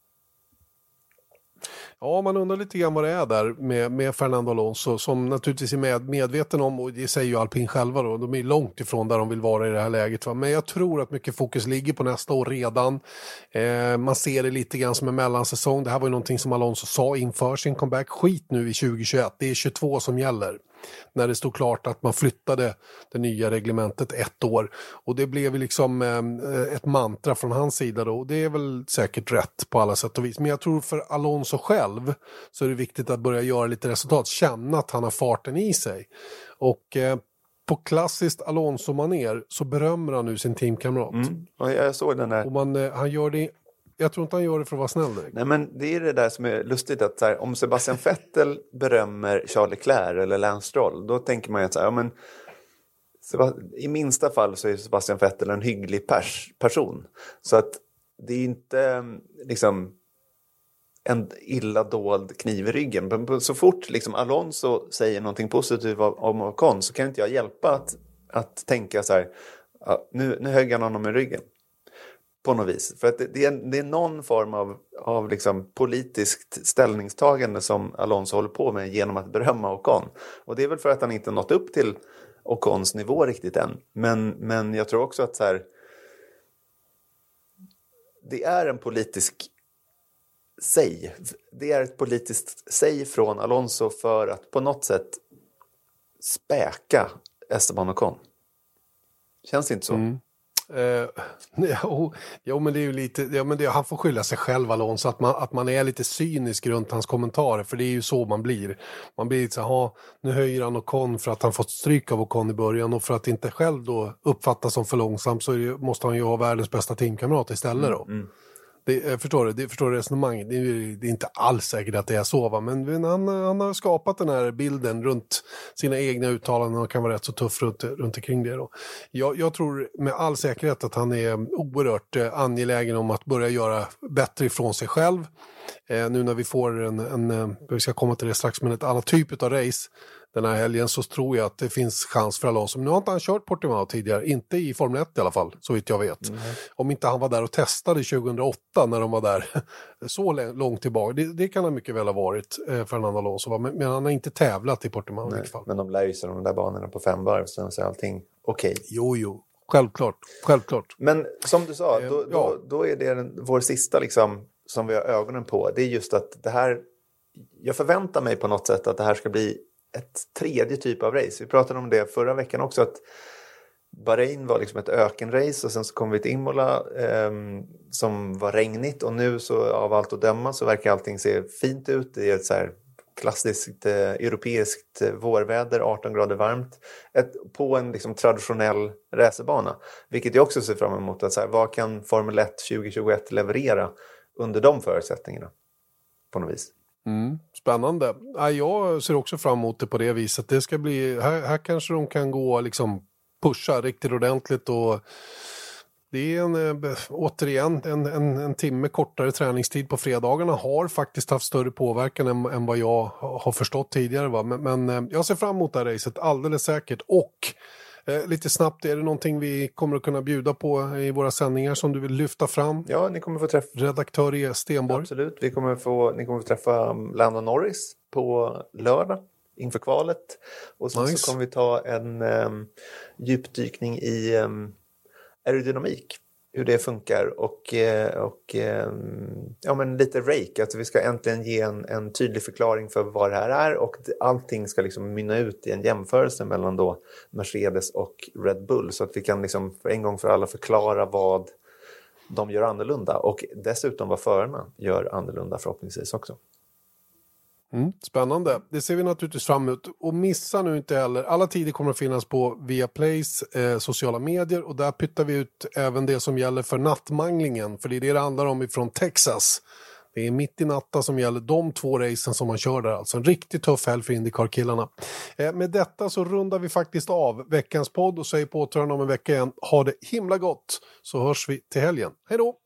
Ja, man undrar lite grann vad det är där med, med Fernando Alonso som naturligtvis är med, medveten om, och det säger ju Alpin själva då, de är långt ifrån där de vill vara i det här läget. Va? Men jag tror att mycket fokus ligger på nästa år redan. Eh, man ser det lite grann som en mellansäsong. Det här var ju någonting som Alonso sa inför sin comeback. Skit nu i tjugohundratjugoett, det är tjugotvå som gäller. När det stod klart att man flyttade det nya reglementet ett år. Och det blev liksom eh, ett mantra från hans sida då. Och det är väl säkert rätt på alla sätt och vis. Men jag tror för Alonso själv så är det viktigt att börja göra lite resultat. Känna att han har farten i sig. Och eh, på klassiskt Alonso-maner så berömmer han nu sin teamkamrat. Mm. Och jag såg den där. Och man, eh, han gör det... jag tror inte han gör det för att vara snäll. Direkt. Nej, men det är det där som är lustigt att så här, om Sebastian Vettel berömmer Charles Leclerc eller Lance Stroll, då tänker man ju att så här, ja, men i minsta fall så är Sebastian Vettel en hygglig pers, person. Så att det är inte liksom en illa dold kniv i ryggen. Men så fort liksom Alonso säger någonting positivt om Ocon så kan inte jag hjälpa att, att tänka så här, ja, nu, nu högg han honom i ryggen. På något vis. För att det, det, är, det är någon form av, av liksom politiskt ställningstagande som Alonso håller på med genom att berömma Ocon. Och det är väl för att han inte nått upp till Ocons nivå riktigt än. Men, men jag tror också att så här, det är en politisk säg. Det är ett politiskt säg från Alonso för att på något sätt späka Esteban Ocon. Känns det inte så? Mm. Uh, ja, ja, men det är ju lite, ja, men det, han får skylla sig själv, Alonso, att man, att man är lite cynisk runt hans kommentarer, för det är ju så man blir. Man blir lite så här, nu höjer han Ocon för att han fått stryk av Ocon i början, och för att inte själv då uppfattas som för långsam så är det, måste han ju ha världens bästa teamkamrat istället då. Mm, mm. Det, förstår du, det förstår du resonemanget. Det är, det är inte alls säkert att det är så, va? Men han, han har skapat den här bilden runt sina egna uttalanden och kan vara rätt så tuff runt, runt omkring det då. Jag, jag tror med all säkerhet att han är oerhört eh, angelägen om att börja göra bättre ifrån sig själv. Eh, nu när vi får en, en, en, vi ska komma till det strax, men ett annat typ av race den här helgen, så tror jag att det finns chans för Alonso. Nu har inte han kört Portimao tidigare, inte i Formel ett i alla fall, så vitt jag vet. Mm. Om inte han var där och testade tjugohundraåtta när de var där så långt tillbaka. Det, det kan han mycket väl ha varit eh, för en annan Alonso, men, men han har inte tävlat i Portimao. Nej, i alla fall. Men de lär ju sig de där banorna på fem varv, så är allting okej. Okay. Jo, jo. Självklart, självklart. Men som du sa, då, då, då är det den, vår sista liksom, som vi har ögonen på. Det är just att det här, jag förväntar mig på något sätt att det här ska bli ett tredje typ av race. Vi pratade om det förra veckan också, att Bahrain var liksom ett ökenrace och sen så kom vi till Imola eh, som var regnigt, och nu så av allt att döma så verkar allting se fint ut. Det är ett så här klassiskt eh, europeiskt eh, vårväder, arton grader varmt, ett, på en liksom traditionell racerbana. Vilket jag också ser fram emot, att så här, vad kan Formel ett tjugohundratjugoett leverera under de förutsättningarna på något vis. Mm, spännande. Ja, jag ser också fram emot det på det viset. Det ska bli, här, här kanske de kan gå liksom pusha riktigt ordentligt, och det är en, äh, återigen en, en, en timme kortare träningstid på fredagarna har faktiskt haft större påverkan än, än vad jag har förstått tidigare. Va? Men, men äh, jag ser fram emot det här racet alldeles säkert, och Eh, lite snabbt, är det någonting vi kommer att kunna bjuda på i våra sändningar som du vill lyfta fram? Ja, ni kommer få träffa redaktör E. Stenborg. Absolut, vi kommer få, ni kommer få träffa Lando Norris på lördag inför kvalet. Och sen nice. Så kommer vi ta en um, djupdykning i um, aerodynamik. Hur det funkar, och, och ja, men lite rake. Alltså vi ska äntligen ge en, en tydlig förklaring för vad det här är, och allting ska liksom mynna ut i en jämförelse mellan då Mercedes och Red Bull, så att vi kan liksom för en gång för alla förklara vad de gör annorlunda, och dessutom vad förarna gör annorlunda förhoppningsvis också. Mm, spännande. Det ser vi naturligtvis fram emot. Och missa nu inte heller. Alla tider kommer att finnas på Viaplays eh, sociala medier. Och där pyttar vi ut även det som gäller för nattmanglingen. För det är det det handlar om ifrån Texas. Det är mitt i natta som gäller de två racen som man kör där. Alltså en riktigt tuff helg för IndyCar-killarna. Eh, med detta så rundar vi faktiskt av veckans podd och säger på återhörande om en vecka igen. Ha det himla gott, så hörs vi till helgen. Hej då!